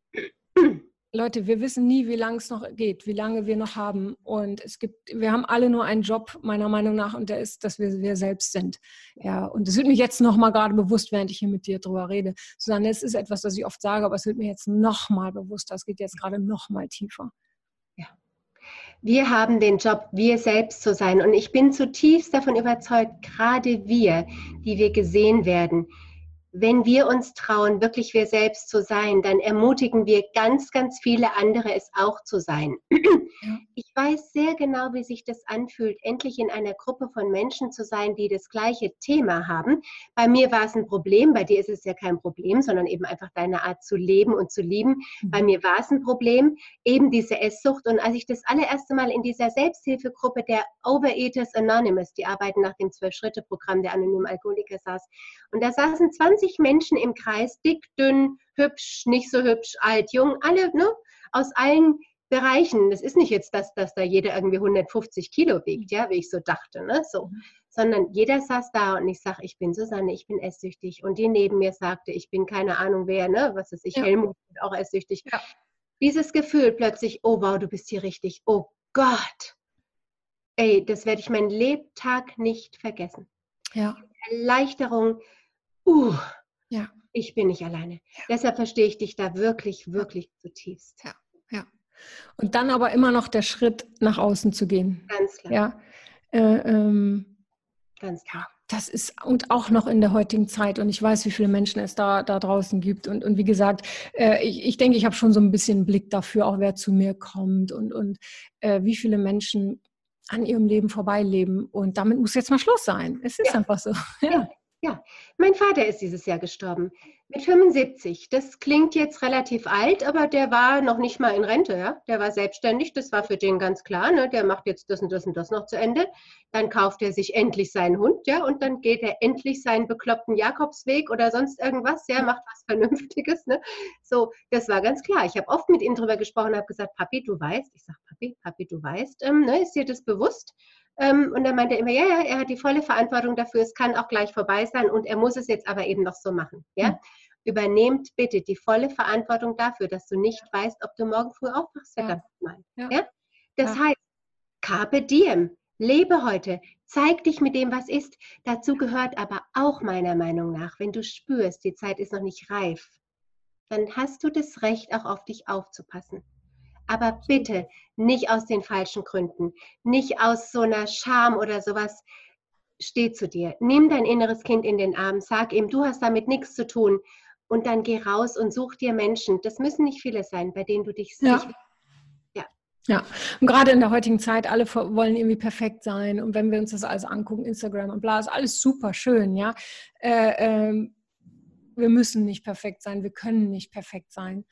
Leute, wir wissen nie, wie lange es noch geht, wie lange wir noch haben. Und es gibt, wir haben alle nur einen Job, meiner Meinung nach, und der ist, dass wir wir selbst sind. Ja, und das wird mir jetzt nochmal gerade bewusst, während ich hier mit dir drüber rede. Susanne, es ist etwas, das ich oft sage, aber es wird mir jetzt nochmal bewusst. Das geht jetzt gerade nochmal tiefer. Ja. Wir haben den Job, wir selbst zu sein. Und ich bin zutiefst davon überzeugt, gerade wir, die wir gesehen werden, wenn wir uns trauen, wirklich wir selbst zu sein, dann ermutigen wir ganz, ganz viele andere, es auch zu sein. Ich weiß sehr genau, wie sich das anfühlt, endlich in einer Gruppe von Menschen zu sein, die das gleiche Thema haben. Bei mir war es ein Problem, bei dir ist es ja kein Problem, sondern eben einfach deine Art zu leben und zu lieben. Bei mir war es ein Problem, eben diese Esssucht. Und als ich das allererste Mal in dieser Selbsthilfegruppe der Overeaters Anonymous, die arbeiten nach dem Zwölf-Schritte-Programm der anonymen Alkoholiker, saß, und da saßen zwanzig Menschen im Kreis, dick, dünn, hübsch, nicht so hübsch, alt, jung, alle, ne, aus allen Bereichen. Das ist nicht jetzt, dass, dass da jeder irgendwie hundertfünfzig Kilo wiegt, ja, wie ich so dachte, ne, so. Sondern jeder saß da und ich sage, ich bin Susanne, ich bin esssüchtig. Und die neben mir sagte, ich bin keine Ahnung wer, ne, was ist ich, ja. Helmut, auch esssüchtig. Ja. Dieses Gefühl plötzlich, oh wow, du bist hier richtig, oh Gott. Ey, das werde ich meinen Lebtag nicht vergessen. Ja. Erleichterung, Uh, ja. ich bin nicht alleine. Ja. Deshalb verstehe ich dich da wirklich, wirklich ja. zutiefst. Ja, ja. Und dann aber immer noch der Schritt nach außen zu gehen. Ganz klar. Ja, äh, ähm, Ganz klar. Ja, das ist, und auch noch in der heutigen Zeit. Und ich weiß, wie viele Menschen es da, da draußen gibt. Und, und wie gesagt, äh, ich, ich denke, ich habe schon so ein bisschen einen Blick dafür, auch wer zu mir kommt und, und äh, wie viele Menschen an ihrem Leben vorbeileben. Und damit muss jetzt mal Schluss sein. Es ist ja. einfach so. Ja. ja. Ja, mein Vater ist dieses Jahr gestorben, mit fünfundsiebzig. Das klingt jetzt relativ alt, aber der war noch nicht mal in Rente, ja. Der war selbstständig, das war für den ganz klar, ne? Der macht jetzt das und das und das noch zu Ende. Dann kauft er sich endlich seinen Hund, ja, und dann geht er endlich seinen bekloppten Jakobsweg oder sonst irgendwas, ja, macht was Vernünftiges, ne? So, das war ganz klar. Ich habe oft mit ihm drüber gesprochen, habe gesagt, Papi, du weißt, ich sage, Papi, Papi, du weißt, ähm, ne, ist dir das bewusst? Ähm, und dann meinte er immer, ja, ja, er hat die volle Verantwortung dafür, es kann auch gleich vorbei sein und er muss es jetzt aber eben noch so machen. Ja? Mhm. Übernehmt bitte die volle Verantwortung dafür, dass du nicht weißt, ob du morgen früh aufwachst, verdammt ja. mal. Ja? Ja? Das ja. heißt, Carpe diem, lebe heute, zeig dich mit dem, was ist. Dazu gehört aber auch meiner Meinung nach, wenn du spürst, die Zeit ist noch nicht reif, dann hast du das Recht, auch auf dich aufzupassen. Aber bitte nicht aus den falschen Gründen, nicht aus so einer Scham oder sowas. Steh zu dir, nimm dein inneres Kind in den Arm, sag ihm, du hast damit nichts zu tun und dann geh raus und such dir Menschen. Das müssen nicht viele sein, bei denen du dich ja. Ja. ja, und gerade in der heutigen Zeit, alle wollen irgendwie perfekt sein und wenn wir uns das alles angucken, Instagram und bla, ist alles super schön, ja. Äh, ähm, wir müssen nicht perfekt sein, wir können nicht perfekt sein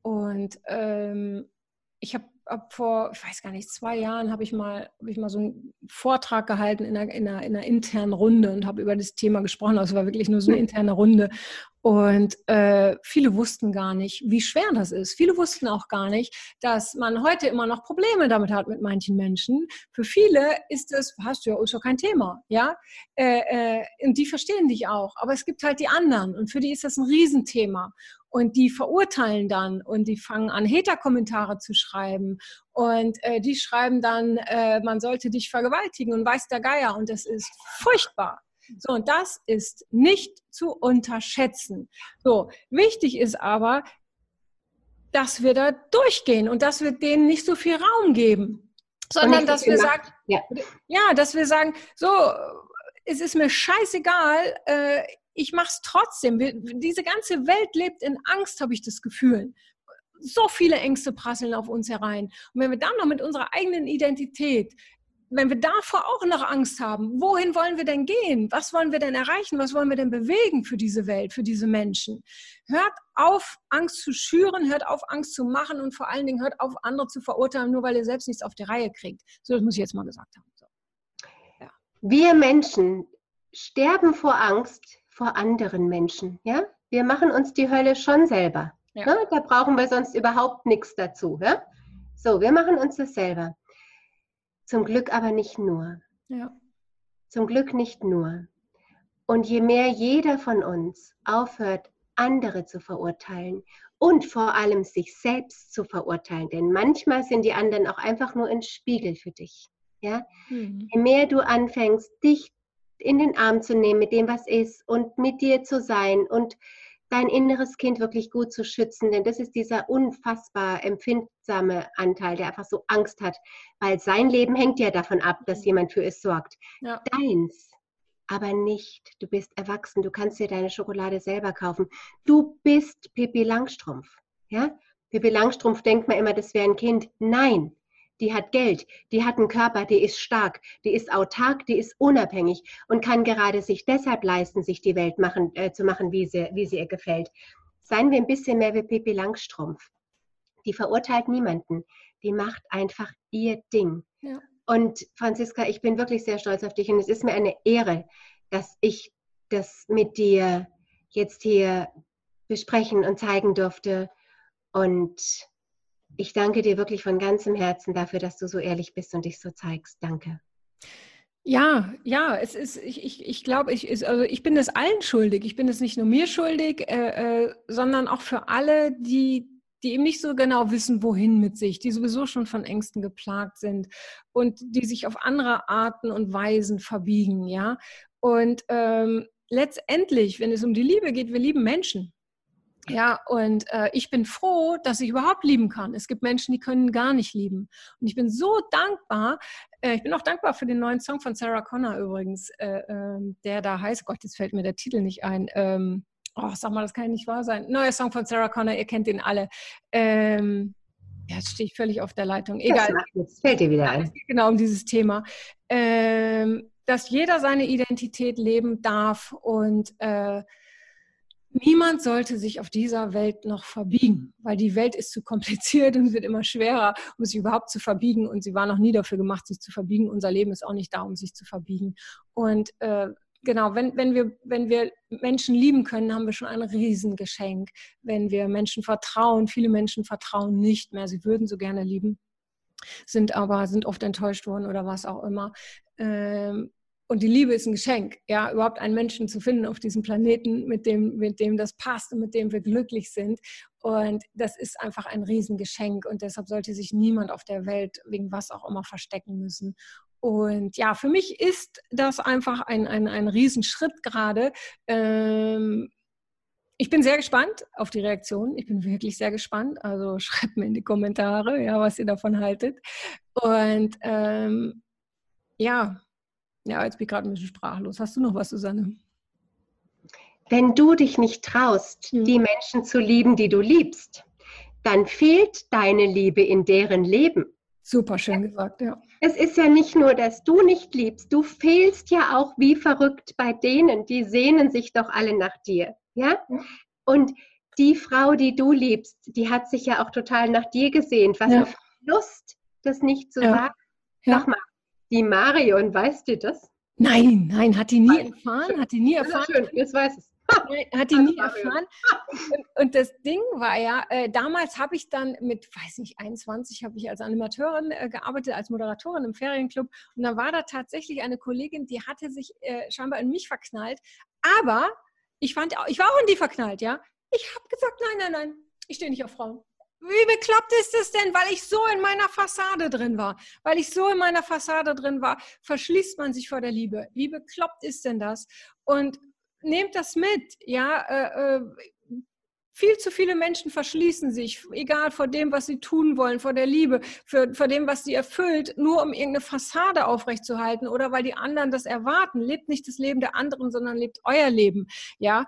und ähm, ich habe ab vor, ich weiß gar nicht, zwei Jahren habe ich mal, habe ich mal so einen Vortrag gehalten in einer, in einer, in einer internen Runde und habe über das Thema gesprochen. Also es war wirklich nur so eine interne Runde. Und äh, viele wussten gar nicht, wie schwer das ist. Viele wussten auch gar nicht, dass man heute immer noch Probleme damit hat mit manchen Menschen. Für viele ist es, hast du ja, ist doch kein Thema, ja. Äh, äh, und die verstehen dich auch. Aber es gibt halt die anderen und für die ist das ein Riesenthema. Und die verurteilen dann und die fangen an, Hater-Kommentare zu schreiben. Und äh, die schreiben dann, äh, man sollte dich vergewaltigen und weiß der Geier. Und das ist furchtbar. So, und das ist nicht zu unterschätzen. So, wichtig ist aber, dass wir da durchgehen und dass wir denen nicht so viel Raum geben, sondern dass wir sagen, ja. ja, dass wir sagen, so, es ist mir scheißegal, äh, ich mache es trotzdem. Wir, diese ganze Welt lebt in Angst, habe ich das Gefühl. So viele Ängste prasseln auf uns herein. Und wenn wir dann noch mit unserer eigenen Identität, wenn wir davor auch noch Angst haben, wohin wollen wir denn gehen? Was wollen wir denn erreichen? Was wollen wir denn bewegen für diese Welt, für diese Menschen? Hört auf, Angst zu schüren, hört auf, Angst zu machen und vor allen Dingen hört auf, andere zu verurteilen, nur weil ihr selbst nichts auf die Reihe kriegt. So, das muss ich jetzt mal gesagt haben. So. Ja. Wir Menschen sterben vor Angst vor anderen Menschen. Ja? Wir machen uns die Hölle schon selber. Ja. Ne? Da brauchen wir sonst überhaupt nichts dazu. Ja? So, wir machen uns das selber. Zum Glück aber nicht nur. Ja. Zum Glück nicht nur. Und je mehr jeder von uns aufhört, andere zu verurteilen und vor allem sich selbst zu verurteilen, denn manchmal sind die anderen auch einfach nur ein Spiegel für dich. Ja? Mhm. Je mehr du anfängst, dich in den Arm zu nehmen mit dem, was ist und mit dir zu sein und dein inneres Kind wirklich gut zu schützen, denn das ist dieser unfassbar empfindsame Anteil, der einfach so Angst hat, weil sein Leben hängt ja davon ab, dass jemand für es sorgt. Ja. Deins aber nicht. Du bist erwachsen, du kannst dir deine Schokolade selber kaufen. Du bist Pippi Langstrumpf. Ja? Pippi Langstrumpf denkt man immer, das wäre ein Kind. Nein, die hat Geld, die hat einen Körper, die ist stark, die ist autark, die ist unabhängig und kann gerade sich deshalb leisten, sich die Welt machen, äh, zu machen, wie sie, wie sie ihr gefällt. Seien wir ein bisschen mehr wie Pippi Langstrumpf. Die verurteilt niemanden, die macht einfach ihr Ding. Ja. Und Franziska, ich bin wirklich sehr stolz auf dich und es ist mir eine Ehre, dass ich das mit dir jetzt hier besprechen und zeigen durfte. Und ich danke dir wirklich von ganzem Herzen dafür, dass du so ehrlich bist und dich so zeigst. Danke. Ja, ja, es ist, ich, ich, ich glaube, ich, ist, also ich bin es allen schuldig. Ich bin es nicht nur mir schuldig, äh, äh, sondern auch für alle, die, die eben nicht so genau wissen, wohin mit sich, die sowieso schon von Ängsten geplagt sind und die sich auf andere Arten und Weisen verbiegen, ja. Und ähm, letztendlich, wenn es um die Liebe geht, wir lieben Menschen. Ja, und äh, ich bin froh, dass ich überhaupt lieben kann. Es gibt Menschen, die können gar nicht lieben. Und ich bin so dankbar, äh, ich bin auch dankbar für den neuen Song von Sarah Connor übrigens, äh, äh, der da heißt, Gott, jetzt fällt mir der Titel nicht ein, ähm, oh, sag mal, das kann ja nicht wahr sein. Neuer Song von Sarah Connor, ihr kennt den alle. Ähm, ja, jetzt stehe ich völlig auf der Leitung. Egal. Jetzt fällt dir wieder ein. Es geht genau um dieses Thema. Ähm, dass jeder seine Identität leben darf und äh, niemand sollte sich auf dieser Welt noch verbiegen, weil die Welt ist zu kompliziert und wird immer schwerer, um sich überhaupt zu verbiegen. Und sie war noch nie dafür gemacht, sich zu verbiegen. Unser Leben ist auch nicht da, um sich zu verbiegen. Und äh, genau, wenn, wenn, wir, wenn wir Menschen lieben können, haben wir schon ein Riesengeschenk. Wenn wir Menschen vertrauen, viele Menschen vertrauen nicht mehr. Sie würden so gerne lieben, sind aber sind oft enttäuscht worden oder was auch immer. Ähm, Und die Liebe ist ein Geschenk, ja, überhaupt einen Menschen zu finden auf diesem Planeten, mit dem, mit dem das passt und mit dem wir glücklich sind. Und das ist einfach ein Riesengeschenk. Und deshalb sollte sich niemand auf der Welt wegen was auch immer verstecken müssen. Und ja, für mich ist das einfach ein, ein, ein Riesenschritt gerade. Ähm, ich bin sehr gespannt auf die Reaktion. Ich bin wirklich sehr gespannt. Also schreibt mir in die Kommentare, ja, was ihr davon haltet. Und ähm, ja, Ja, jetzt bin ich gerade ein bisschen sprachlos. Hast du noch was, Susanne? Wenn du dich nicht traust, hm. die Menschen zu lieben, die du liebst, dann fehlt deine Liebe in deren Leben. Super schön gesagt, ja. Es ist ja nicht nur, dass du nicht liebst, du fehlst ja auch wie verrückt bei denen, die sehnen sich doch alle nach dir. Ja? Und die Frau, die du liebst, die hat sich ja auch total nach dir gesehnt. Was ja. eine Lust, das nicht zu ja. sagen. Ja. Sag mal, die Marion, weißt du das? Nein, nein, hat die nie erfahren? Hat die nie erfahren? Schön, jetzt weiß es. Hat die nie erfahren. Und, und das Ding war ja, äh, damals habe ich dann mit, weiß nicht, einundzwanzig habe ich als Animateurin äh, gearbeitet, als Moderatorin im Ferienclub. Und da war da tatsächlich eine Kollegin, die hatte sich äh, scheinbar in mich verknallt. Aber ich fand, ich war auch in die verknallt, ja. Ich habe gesagt, nein, nein, nein, ich stehe nicht auf Frauen. Wie bekloppt ist es denn? Weil ich so in meiner Fassade drin war. Weil ich so in meiner Fassade drin war, verschließt man sich vor der Liebe. Wie bekloppt ist denn das? Und nehmt das mit, ja, äh, äh, viel zu viele Menschen verschließen sich, egal vor dem, was sie tun wollen, vor der Liebe, für, vor dem, was sie erfüllt, nur um irgendeine Fassade aufrechtzuerhalten oder weil die anderen das erwarten. Lebt nicht das Leben der anderen, sondern lebt euer Leben, ja.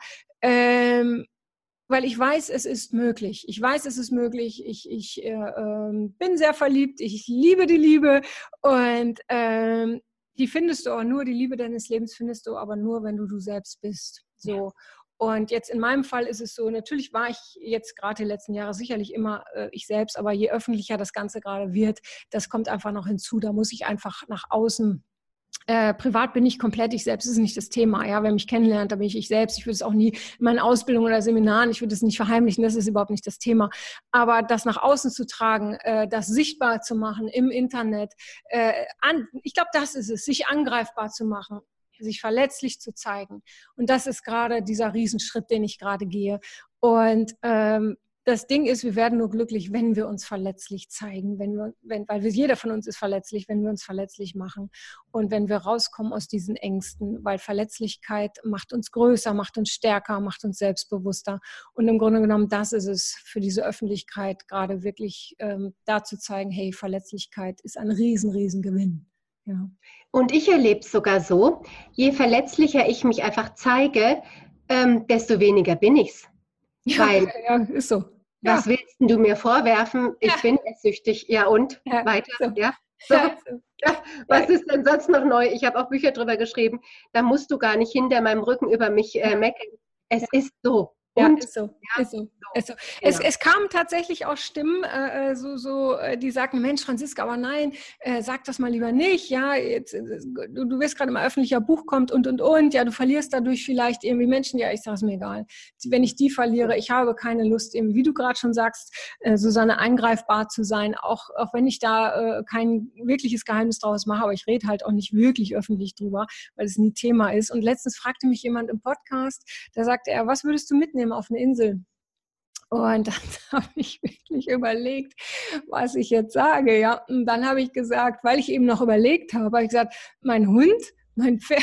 Ähm, weil ich weiß, es ist möglich. Ich weiß, es ist möglich. Ich, ich äh, äh, bin sehr verliebt. Ich liebe die Liebe und ähm, die findest du auch nur, die Liebe deines Lebens findest du aber nur, wenn du du selbst bist. So. Und jetzt in meinem Fall ist es so, natürlich war ich jetzt gerade die letzten Jahre sicherlich immer äh, ich selbst, aber je öffentlicher das Ganze gerade wird, das kommt einfach noch hinzu. Da muss ich einfach nach außen. Äh, privat bin ich komplett ich selbst, das ist nicht das Thema. Ja, wer mich kennenlernt, da bin ich ich selbst. Ich würde es auch nie in meinen Ausbildungen oder Seminaren, ich würde es nicht verheimlichen, das ist überhaupt nicht das Thema. Aber das nach außen zu tragen, äh, das sichtbar zu machen im Internet, äh, an, ich glaube, das ist es, sich angreifbar zu machen, sich verletzlich zu zeigen. Und das ist gerade dieser Riesenschritt, den ich gerade gehe. Und ähm, das Ding ist, wir werden nur glücklich, wenn wir uns verletzlich zeigen, wenn wir, wenn, weil wir, jeder von uns ist verletzlich, wenn wir uns verletzlich machen und wenn wir rauskommen aus diesen Ängsten, weil Verletzlichkeit macht uns größer, macht uns stärker, macht uns selbstbewusster und im Grunde genommen, das ist es für diese Öffentlichkeit gerade wirklich ähm, da zu zeigen, hey, Verletzlichkeit ist ein riesen, riesen Gewinn. Ja. Und ich erlebe es sogar so, je verletzlicher ich mich einfach zeige, ähm, desto weniger bin ich's. Ja, Weil, ja, ist so. was Ja. willst du mir vorwerfen? Ich Ja. bin esssüchtig. Ja und? Ja, Weiter? so. Ja. So. Ja, so. Ja. Was ist denn sonst noch neu? Ich habe auch Bücher drüber geschrieben. Da musst du gar nicht hinter meinem Rücken über mich äh, meckern. Es Ja. ist so. Ja, Und ist so, ja, ist so. so. Ist so. Genau. Es, es kamen tatsächlich auch Stimmen, äh, so, so, die sagten, Mensch, Franziska, aber nein, äh, sag das mal lieber nicht, ja, jetzt, du, du wirst gerade im öffentlichen Buch kommt und, und, und, ja, du verlierst dadurch vielleicht irgendwie Menschen, ja, ich sage es mir egal. Wenn ich die verliere, ich habe keine Lust, irgendwie, wie du gerade schon sagst, äh, Susanne, eingreifbar zu sein, auch, auch wenn ich da äh, kein wirkliches Geheimnis draus mache, aber ich rede halt auch nicht wirklich öffentlich drüber, weil es nie Thema ist. Und letztens fragte mich jemand im Podcast, da sagte er, was würdest du mitnehmen auf eine Insel? Und dann habe ich wirklich überlegt, was ich jetzt sage. Ja, und dann habe ich gesagt, weil ich eben noch überlegt habe, habe ich gesagt, mein Hund, mein Pferd.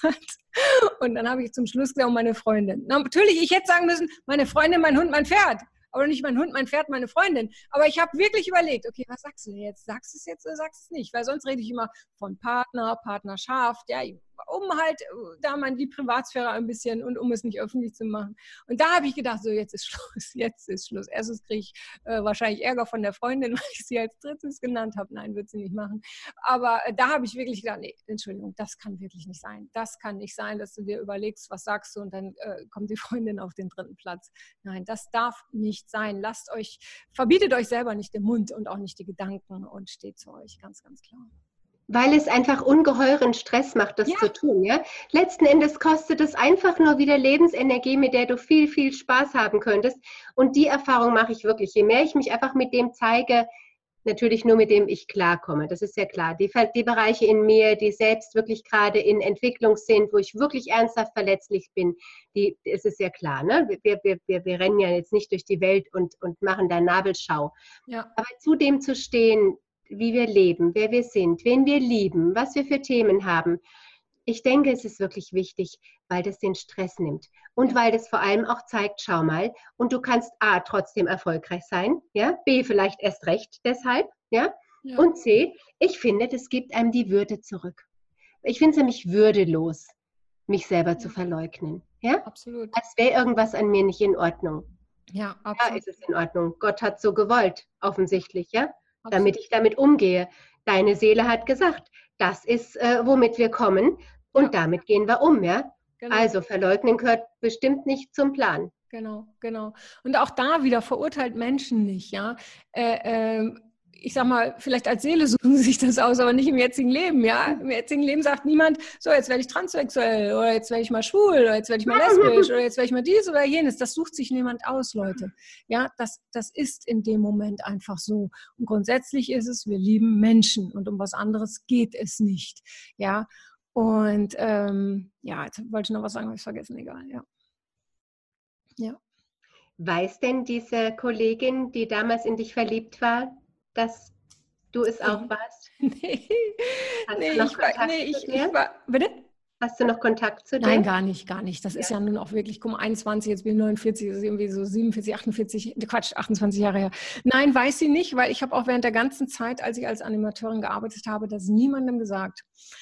Und dann habe ich zum Schluss gesagt, meine Freundin. Na, natürlich, ich hätte sagen müssen, meine Freundin, mein Hund, mein Pferd. Aber nicht mein Hund, mein Pferd, meine Freundin. Aber ich habe wirklich überlegt, okay, was sagst du jetzt? Sagst du es jetzt oder sagst du es nicht? Weil sonst rede ich immer von Partner, Partnerschaft, ja, um halt da mal die Privatsphäre ein bisschen und um es nicht öffentlich zu machen. Und da habe ich gedacht, so jetzt ist Schluss, jetzt ist Schluss. Erstens kriege ich äh, wahrscheinlich Ärger von der Freundin, weil ich sie als drittes genannt habe. Nein, wird sie nicht machen. Aber äh, da habe ich wirklich gedacht, nee, Entschuldigung, das kann wirklich nicht sein. Das kann nicht sein, dass du dir überlegst, was sagst du und dann äh, kommt die Freundin auf den dritten Platz. Nein, das darf nicht sein. Lasst euch, verbietet euch selber nicht den Mund und auch nicht die Gedanken und steht zu euch, ganz, ganz klar. Weil es einfach ungeheuren Stress macht, das ja. zu tun. Ja? Letzten Endes kostet es einfach nur wieder Lebensenergie, mit der du viel, viel Spaß haben könntest. Und die Erfahrung mache ich wirklich. Je mehr ich mich einfach mit dem zeige, natürlich nur mit dem ich klarkomme, das ist ja klar. Die, die Bereiche in mir, die selbst wirklich gerade in Entwicklung sind, wo ich wirklich ernsthaft verletzlich bin, die, es ist ja klar. Ne? Wir, wir, wir, wir rennen ja jetzt nicht durch die Welt und, und machen da Nabelschau. Ja. Aber zu dem zu stehen, wie wir leben, wer wir sind, wen wir lieben, was wir für Themen haben. Ich denke, es ist wirklich wichtig, weil das den Stress nimmt und ja. weil das vor allem auch zeigt, schau mal, und du kannst A, trotzdem erfolgreich sein, ja, B, vielleicht erst recht deshalb, ja, ja. und C, ich finde, das gibt einem die Würde zurück. Ich finde es nämlich würdelos, mich selber ja. zu verleugnen, ja, absolut. Als wäre irgendwas an mir nicht in Ordnung. Ja, absolut. Ja, ist es in Ordnung. Gott hat so gewollt, offensichtlich, ja. Damit ich damit umgehe. Deine Seele hat gesagt, das ist, äh, womit wir kommen und ja. damit gehen wir um, ja. Genau. Also verleugnen gehört bestimmt nicht zum Plan. Genau, genau. Und auch da wieder verurteilt Menschen nicht, ja. Äh, äh, ich sag mal, vielleicht als Seele suchen sie sich das aus, aber nicht im jetzigen Leben, ja. Im jetzigen Leben sagt niemand, so, jetzt werde ich transsexuell oder jetzt werde ich mal schwul oder jetzt werde ich mal lesbisch oder jetzt werde ich mal dies oder jenes. Das sucht sich niemand aus, Leute. Ja, das, das ist in dem Moment einfach so. Und grundsätzlich ist es, wir lieben Menschen und um was anderes geht es nicht, ja. Und ähm, ja, jetzt wollte ich noch was sagen, habe ich vergessen, egal, ja. Ja. Weiß denn diese Kollegin, die damals in dich verliebt war, dass du es auch warst? Nee, Hast nee, du noch ich war, Kontakt nee, ich, zu dir? ich war, bitte? Hast du noch Kontakt zu dir? Nein, gar nicht, gar nicht. Das Ja. ist ja nun auch wirklich, guck mal, einundzwanzig, jetzt bin ich neunundvierzig, das ist irgendwie so siebenundvierzig, achtundvierzig, Quatsch, achtundzwanzig Jahre her. Nein, weiß sie nicht, weil ich habe auch während der ganzen Zeit, als ich als Animateurin gearbeitet habe, das niemandem gesagt.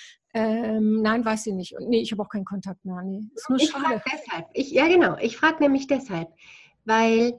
Ähm, nein, weiß sie nicht. Und nee, ich habe auch keinen Kontakt mehr. Nee, ist nur Ich schade. frage deshalb. Ich, ja, genau. Ich frage nämlich deshalb, weil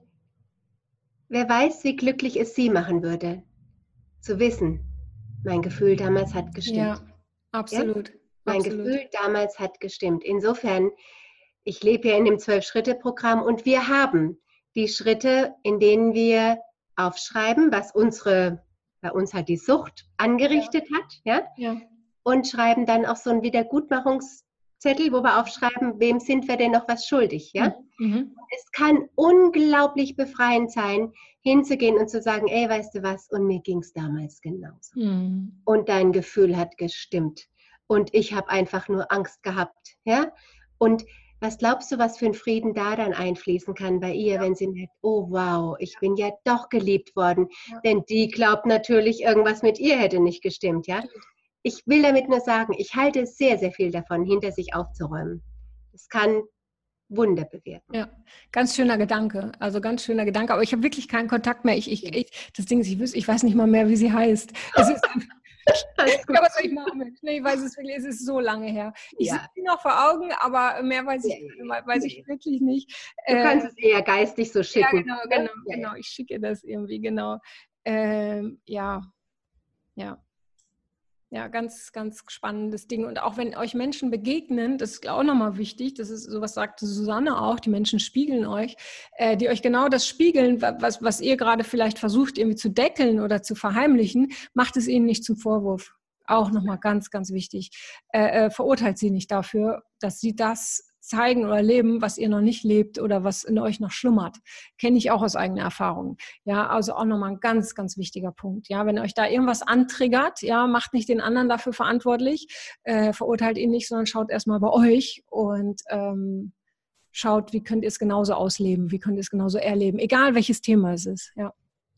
wer weiß, wie glücklich es sie machen würde, zu wissen, mein Gefühl damals hat gestimmt. Ja, absolut. Ja? Mein absolut. Gefühl damals hat gestimmt. Insofern, ich lebe ja in dem Zwölf-Schritte-Programm und wir haben die Schritte, in denen wir aufschreiben, was unsere, bei uns halt die Sucht angerichtet ja. hat, ja? Ja. Und schreiben dann auch so einen Wiedergutmachungszettel, wo wir aufschreiben, wem sind wir denn noch was schuldig, ja? Mhm. Es kann unglaublich befreiend sein, hinzugehen und zu sagen, ey, weißt du was, und mir ging es damals genauso. Mhm. Und dein Gefühl hat gestimmt. Und ich habe einfach nur Angst gehabt, ja? Und was glaubst du, was für ein Frieden da dann einfließen kann bei ihr, ja. wenn sie merkt, oh wow, ich bin ja doch geliebt worden. Ja. Denn die glaubt natürlich, irgendwas mit ihr hätte nicht gestimmt, ja? Ich will damit nur sagen, ich halte sehr, sehr viel davon, hinter sich aufzuräumen. Es kann Wunder bewirken. Ja, ganz schöner Gedanke. Also ganz schöner Gedanke. Aber ich habe wirklich keinen Kontakt mehr. Ich, ich, ich, das Ding ist, ich, weiß, ich weiß nicht mal mehr, wie sie heißt. Es ist einfach, ja, was soll ich machen? Nee, ich weiß es wirklich, es ist so lange her. Ich ja. sehe sie noch vor Augen, aber mehr weiß ich, ja, weiß ich nee. wirklich nicht. Du äh, kannst es eher geistig so schicken. Ja, genau, genau, ja, genau. Ich schicke das irgendwie, genau. Ähm, ja, ja. Ja, ganz, ganz spannendes Ding. Und auch wenn euch Menschen begegnen, das ist auch nochmal wichtig, das ist, sowas sagte Susanne auch, die Menschen spiegeln euch, äh, die euch genau das spiegeln, was, was ihr gerade vielleicht versucht irgendwie zu deckeln oder zu verheimlichen, macht es ihnen nicht zum Vorwurf. Auch nochmal ganz, ganz wichtig. Äh, äh, verurteilt sie nicht dafür, dass sie das zeigen oder leben, was ihr noch nicht lebt oder was in euch noch schlummert. Kenne ich auch aus eigener Erfahrung. Ja, also auch nochmal ein ganz, ganz wichtiger Punkt. Ja, wenn euch da irgendwas antriggert, ja, macht nicht den anderen dafür verantwortlich, äh, verurteilt ihn nicht, sondern schaut erstmal bei euch und ähm, schaut, wie könnt ihr es genauso ausleben, wie könnt ihr es genauso erleben, egal welches Thema es ist. Ja.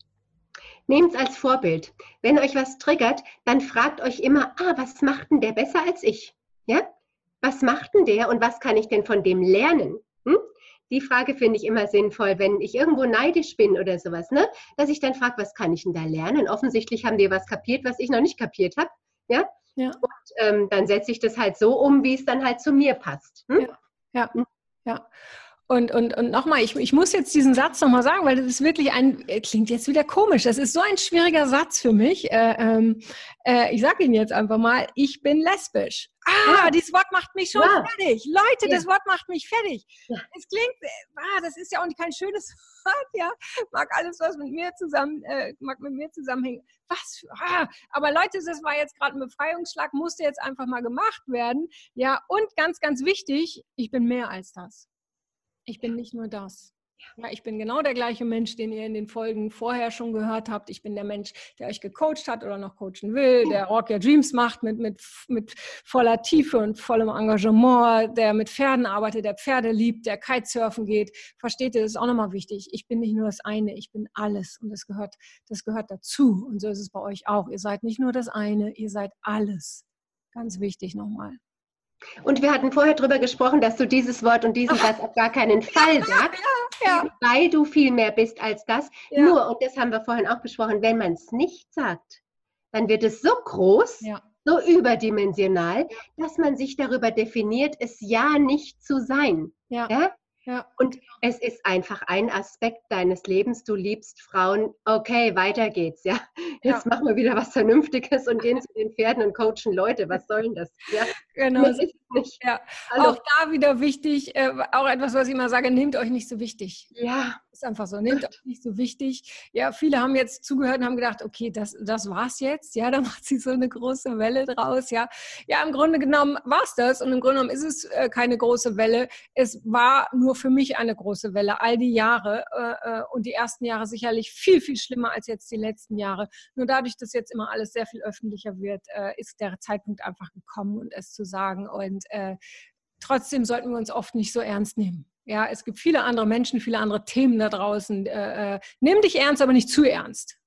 Nehmt es als Vorbild. Wenn euch was triggert, dann fragt euch immer, ah, was macht denn der besser als ich? Ja? Was macht denn der und was kann ich denn von dem lernen? Hm? Die Frage finde ich immer sinnvoll, wenn ich irgendwo neidisch bin oder sowas, ne? Dass ich dann frage, was kann ich denn da lernen? Offensichtlich haben die was kapiert, was ich noch nicht kapiert habe. Ja? Ja. Und ähm, dann setze ich das halt so um, wie es dann halt zu mir passt. Hm? Ja, ja, hm? ja. Und, und, und nochmal, ich, ich muss jetzt diesen Satz nochmal sagen, weil das ist wirklich ein, klingt jetzt wieder komisch, das ist so ein schwieriger Satz für mich. Äh, ähm, äh, ich sage ihn jetzt einfach mal, ich bin lesbisch. Ah, ja. Dieses Wort macht mich schon ja. fertig. Leute, ja. das Wort macht mich fertig. Es ja. klingt, ah, das ist ja auch kein schönes Wort, ja. Mag alles, was mit mir zusammen, äh, mag mit mir zusammenhängen. Was für, ah. Aber Leute, das war jetzt gerade ein Befreiungsschlag, musste jetzt einfach mal gemacht werden. Ja, und ganz, ganz wichtig, ich bin mehr als das. Ich bin nicht nur das. Ja, ich bin genau der gleiche Mensch, den ihr in den Folgen vorher schon gehört habt. Ich bin der Mensch, der euch gecoacht hat oder noch coachen will, der Rock Your Dreams macht mit, mit, mit voller Tiefe und vollem Engagement, der mit Pferden arbeitet, der Pferde liebt, der Kitesurfen geht. Versteht ihr, das ist auch nochmal wichtig. Ich bin nicht nur das eine, ich bin alles und das gehört, das gehört dazu. Und so ist es bei euch auch. Ihr seid nicht nur das eine, ihr seid alles. Ganz wichtig nochmal. Und wir hatten vorher darüber gesprochen, dass du dieses Wort und diesen Satz auf gar keinen Fall sagst, ja, ja. weil du viel mehr bist als das. Ja. Nur, und das haben wir vorhin auch besprochen, wenn man es nicht sagt, dann wird es so groß, ja. so überdimensional, dass man sich darüber definiert, es ja nicht zu sein. Ja. Ja? Ja. Und es ist einfach ein Aspekt deines Lebens. Du liebst Frauen. Okay, weiter geht's. Ja, jetzt Ja. machen wir wieder was Vernünftiges und gehen zu den Pferden und coachen Leute. Was soll denn das? Ja, Genau. mehr ist es nicht. Ja. Hallo. Auch da wieder wichtig, äh, auch etwas, was ich immer sage, nehmt euch nicht so wichtig. Ja. Ist einfach so, nehmt euch nicht so wichtig. Ja, viele haben jetzt zugehört und haben gedacht, okay, das, das war's jetzt. Ja, da macht sie so eine große Welle draus. Ja, ja, im Grunde genommen war's das und im Grunde genommen ist es äh, keine große Welle. Es war nur für mich eine große Welle, all die Jahre äh, und die ersten Jahre sicherlich viel, viel schlimmer als jetzt die letzten Jahre. Nur dadurch, dass jetzt immer alles sehr viel öffentlicher wird, äh, ist der Zeitpunkt einfach gekommen, und es zu sagen. Und äh, trotzdem sollten wir uns oft nicht so ernst nehmen. Ja, es gibt viele andere Menschen, viele andere Themen da draußen. Äh, äh, nimm dich ernst, aber nicht zu ernst.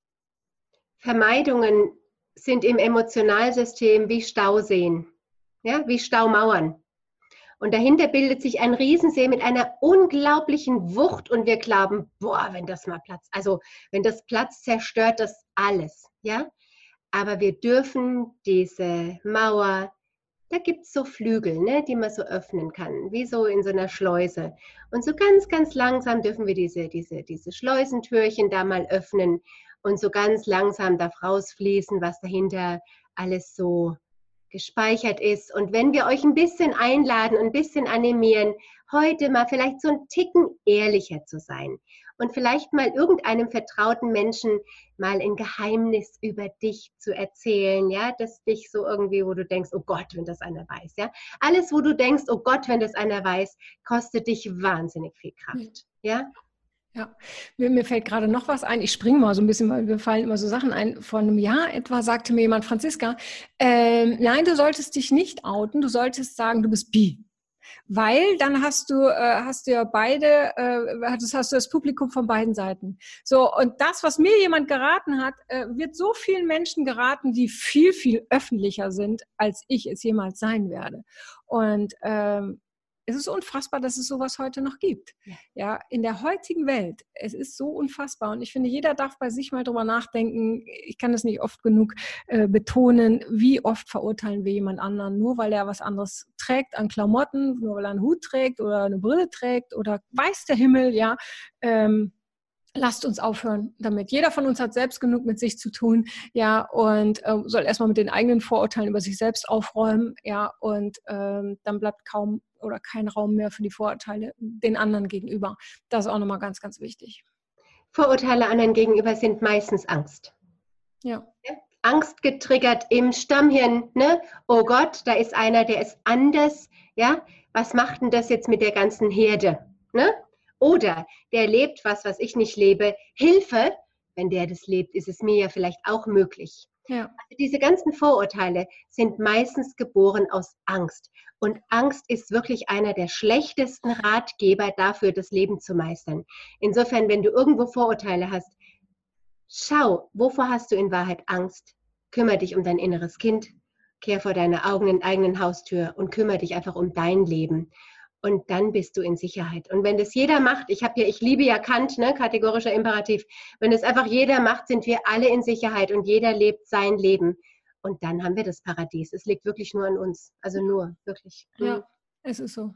Vermeidungen sind im Emotionalsystem wie Stauseen, ja, wie Staumauern. Und dahinter bildet sich ein Riesensee mit einer unglaublichen Wucht und wir glauben, boah, wenn das mal platzt, also wenn das platzt, zerstört das alles, ja. Aber wir dürfen diese Mauer, da gibt es so Flügel, ne, die man so öffnen kann, wie so in so einer Schleuse. Und so ganz, ganz langsam dürfen wir diese, diese, diese Schleusentürchen da mal öffnen und so ganz langsam darf rausfließen, was dahinter alles so gespeichert ist. Und wenn wir euch ein bisschen einladen und ein bisschen animieren, heute mal vielleicht so einen Ticken ehrlicher zu sein und vielleicht mal irgendeinem vertrauten Menschen mal ein Geheimnis über dich zu erzählen, ja, das dich so irgendwie, wo du denkst, oh Gott, wenn das einer weiß, ja. Alles, wo du denkst, oh Gott, wenn das einer weiß, kostet dich wahnsinnig viel Kraft, ja. Ja, mir, mir fällt gerade noch was ein. Ich springe mal so ein bisschen, weil mir fallen immer so Sachen ein. Vor einem Jahr etwa sagte mir jemand, Franziska, ähm, nein, du solltest dich nicht outen, du solltest sagen, du bist bi. Weil dann hast du, äh, hast du ja beide, äh, hast, hast du das Publikum von beiden Seiten. So, und das, was mir jemand geraten hat, äh, wird so vielen Menschen geraten, die viel, viel öffentlicher sind, als ich es jemals sein werde. Und ähm, es ist unfassbar, dass es sowas heute noch gibt. Ja. Ja, in der heutigen Welt, es ist so unfassbar. Und ich finde, jeder darf bei sich mal drüber nachdenken. Ich kann es nicht oft genug äh, betonen, wie oft verurteilen wir jemand anderen, nur weil er was anderes trägt an Klamotten, nur weil er einen Hut trägt oder eine Brille trägt oder weiß der Himmel, ja. Ähm, Lasst uns aufhören damit. Jeder von uns hat selbst genug mit sich zu tun, ja, und äh, soll erstmal mit den eigenen Vorurteilen über sich selbst aufräumen, ja, und ähm, dann bleibt kaum oder kein Raum mehr für die Vorurteile den anderen gegenüber. Das ist auch nochmal ganz, ganz wichtig. Vorurteile anderen gegenüber sind meistens Angst. Ja. Angst getriggert im Stammhirn, ne? Oh Gott, da ist einer, der ist anders, ja? Was macht denn das jetzt mit der ganzen Herde, ne? Oder der lebt was, was ich nicht lebe. Hilfe, wenn der das lebt, ist es mir ja vielleicht auch möglich. Ja. Also diese ganzen Vorurteile sind meistens geboren aus Angst. Und Angst ist wirklich einer der schlechtesten Ratgeber dafür, das Leben zu meistern. Insofern, wenn du irgendwo Vorurteile hast, schau, wovor hast du in Wahrheit Angst? Kümmere dich um dein inneres Kind, kehr vor deiner eigenen Haustür und kümmere dich einfach um dein Leben. Und dann bist du in Sicherheit. Und wenn das jeder macht, ich habe ja, ich liebe ja Kant, ne, kategorischer Imperativ, wenn es einfach jeder macht, sind wir alle in Sicherheit und jeder lebt sein Leben. Und dann haben wir das Paradies. Es liegt wirklich nur an uns. Also nur, wirklich. Ja, es ist so.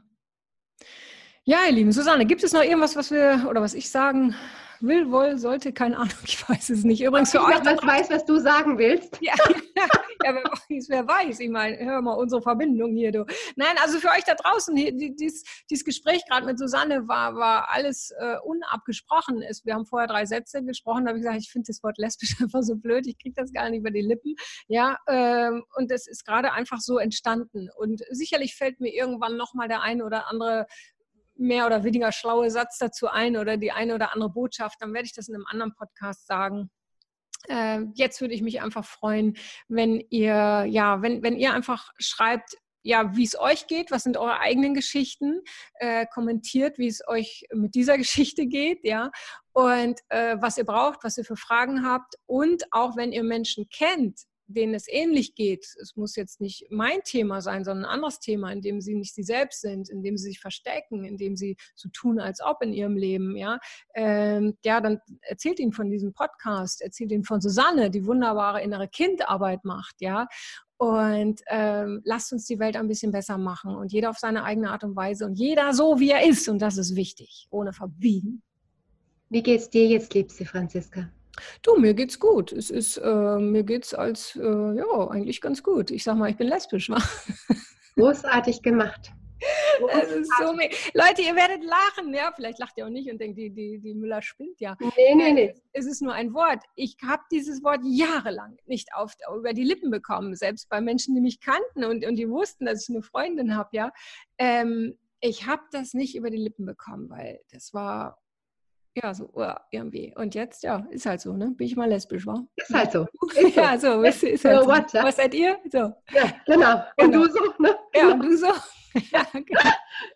Ja, ihr Lieben, Susanne, gibt es noch irgendwas, was wir oder was ich sagen will, wohl, sollte? Keine Ahnung, ich weiß es nicht. Übrigens für ich euch. Ich was weiß, was du sagen willst. Ja, ja, ja, wer weiß, wer weiß. Ich meine, hör mal, unsere Verbindung hier, du. Nein, also für euch da draußen, hier, dieses, dieses Gespräch gerade mit Susanne war, war alles äh, unabgesprochen. Ist. Wir haben vorher drei Sätze gesprochen, da habe ich gesagt, ich finde das Wort lesbisch einfach so blöd, ich kriege das gar nicht über die Lippen. Ja, ähm, und das ist gerade einfach so entstanden. Und sicherlich fällt mir irgendwann nochmal der eine oder andere mehr oder weniger schlaue Satz dazu ein oder die eine oder andere Botschaft, dann werde ich das in einem anderen Podcast sagen. Äh, jetzt würde ich mich einfach freuen, wenn ihr, ja, wenn, wenn ihr einfach schreibt, ja, wie es euch geht, was sind eure eigenen Geschichten, äh, kommentiert, wie es euch mit dieser Geschichte geht, ja, und äh, was ihr braucht, was ihr für Fragen habt und auch wenn ihr Menschen kennt, denen es ähnlich geht, es muss jetzt nicht mein Thema sein, sondern ein anderes Thema, in dem sie nicht sie selbst sind, in dem sie sich verstecken, in dem sie so tun, als ob in ihrem Leben, ja, ähm, ja, dann erzählt ihnen von diesem Podcast, erzählt ihnen von Susanne, die wunderbare innere Kindarbeit macht, ja, Und ähm, lasst uns die Welt ein bisschen besser machen und jeder auf seine eigene Art und Weise und jeder so, wie er ist. Und das ist wichtig, ohne Verbiegen. Wie geht's dir jetzt, liebste Franziska? Du, mir geht's gut. Es ist, äh, mir geht's als, äh, ja, eigentlich ganz gut. Ich sag mal, ich bin lesbisch, wa? Großartig gemacht. Das ist so mega. Leute, ihr werdet lachen, ja, vielleicht lacht ihr auch nicht und denkt, die, die, die Müller spinnt ja. Nee, nee, nee. Es ist nur ein Wort. Ich habe dieses Wort jahrelang nicht auf, über die Lippen bekommen, selbst bei Menschen, die mich kannten und, und die wussten, dass ich eine Freundin habe, ja. Ähm, ich habe das nicht über die Lippen bekommen, weil das war, ja, so uh, irgendwie. Und jetzt, ja, ist halt so, ne? Bin ich mal lesbisch, wa? Ist halt so. Ist so. Ja, so, ist, ist halt so. What, ja? Was seid ihr? So. Ja, genau. Und Genau. du so, ne? Ja, und du so. Ja, genau.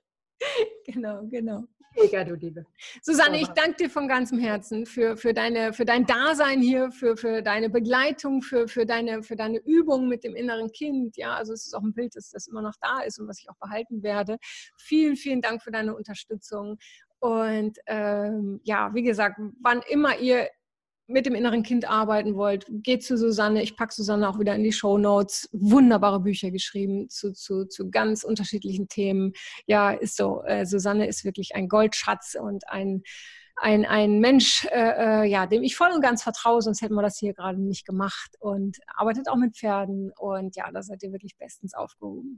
Genau, genau. Mega, du Liebe. Susanne, ich danke dir von ganzem Herzen für, für, deine, für dein Dasein hier, für, für deine Begleitung, für, für, deine, für deine Übung mit dem inneren Kind. Ja, also es ist auch ein Bild, das, das immer noch da ist und was ich auch behalten werde. Vielen, vielen Dank für deine Unterstützung. Und ähm, ja, wie gesagt, wann immer ihr mit dem inneren Kind arbeiten wollt, geht zu Susanne. Ich packe Susanne auch wieder in die Shownotes. Wunderbare Bücher geschrieben zu, zu, zu ganz unterschiedlichen Themen. Ja, ist so. Äh, Susanne ist wirklich ein Goldschatz und ein, ein, ein Mensch, äh, ja, dem ich voll und ganz vertraue, sonst hätten wir das hier gerade nicht gemacht. Und arbeitet auch mit Pferden. Und ja, da seid ihr wirklich bestens aufgehoben.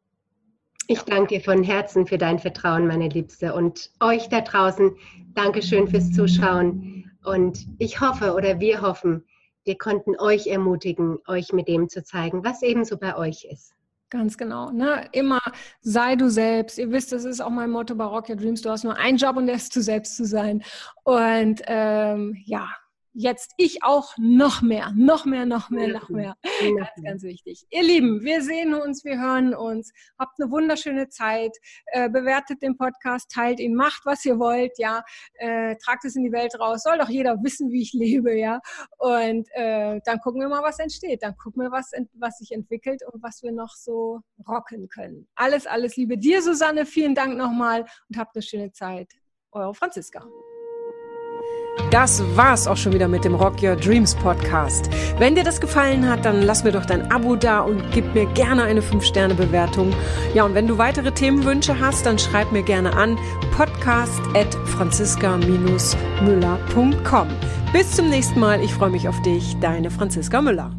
Ich danke dir von Herzen für dein Vertrauen, meine Liebste. Und euch da draußen, Dankeschön fürs Zuschauen. Und ich hoffe oder wir hoffen, wir konnten euch ermutigen, euch mit dem zu zeigen, was eben so bei euch ist. Ganz genau. Ne? Immer sei du selbst. Ihr wisst, das ist auch mein Motto bei Rock Your Dreams. Du hast nur einen Job und der ist, du selbst zu sein. Und ähm, ja, jetzt ich auch noch mehr, noch mehr, noch mehr, noch mehr. Ganz, ganz wichtig. Ihr Lieben, wir sehen uns, wir hören uns. Habt eine wunderschöne Zeit. Äh, bewertet den Podcast, teilt ihn, macht, was ihr wollt, ja. Äh, tragt es in die Welt raus. Soll doch jeder wissen, wie ich lebe, ja. Und äh, dann gucken wir mal, was entsteht. Dann gucken wir, was, was sich entwickelt und was wir noch so rocken können. Alles, alles Liebe dir, Susanne. Vielen Dank nochmal und habt eine schöne Zeit. Eure Franziska. Das war's auch schon wieder mit dem Rock Your Dreams Podcast. Wenn dir das gefallen hat, dann lass mir doch dein Abo da und gib mir gerne eine fünf Sterne Bewertung. Ja, und wenn du weitere Themenwünsche hast, dann schreib mir gerne an podcast at franziska müller punkt com. Bis zum nächsten Mal. Ich freue mich auf dich, deine Franziska Müller.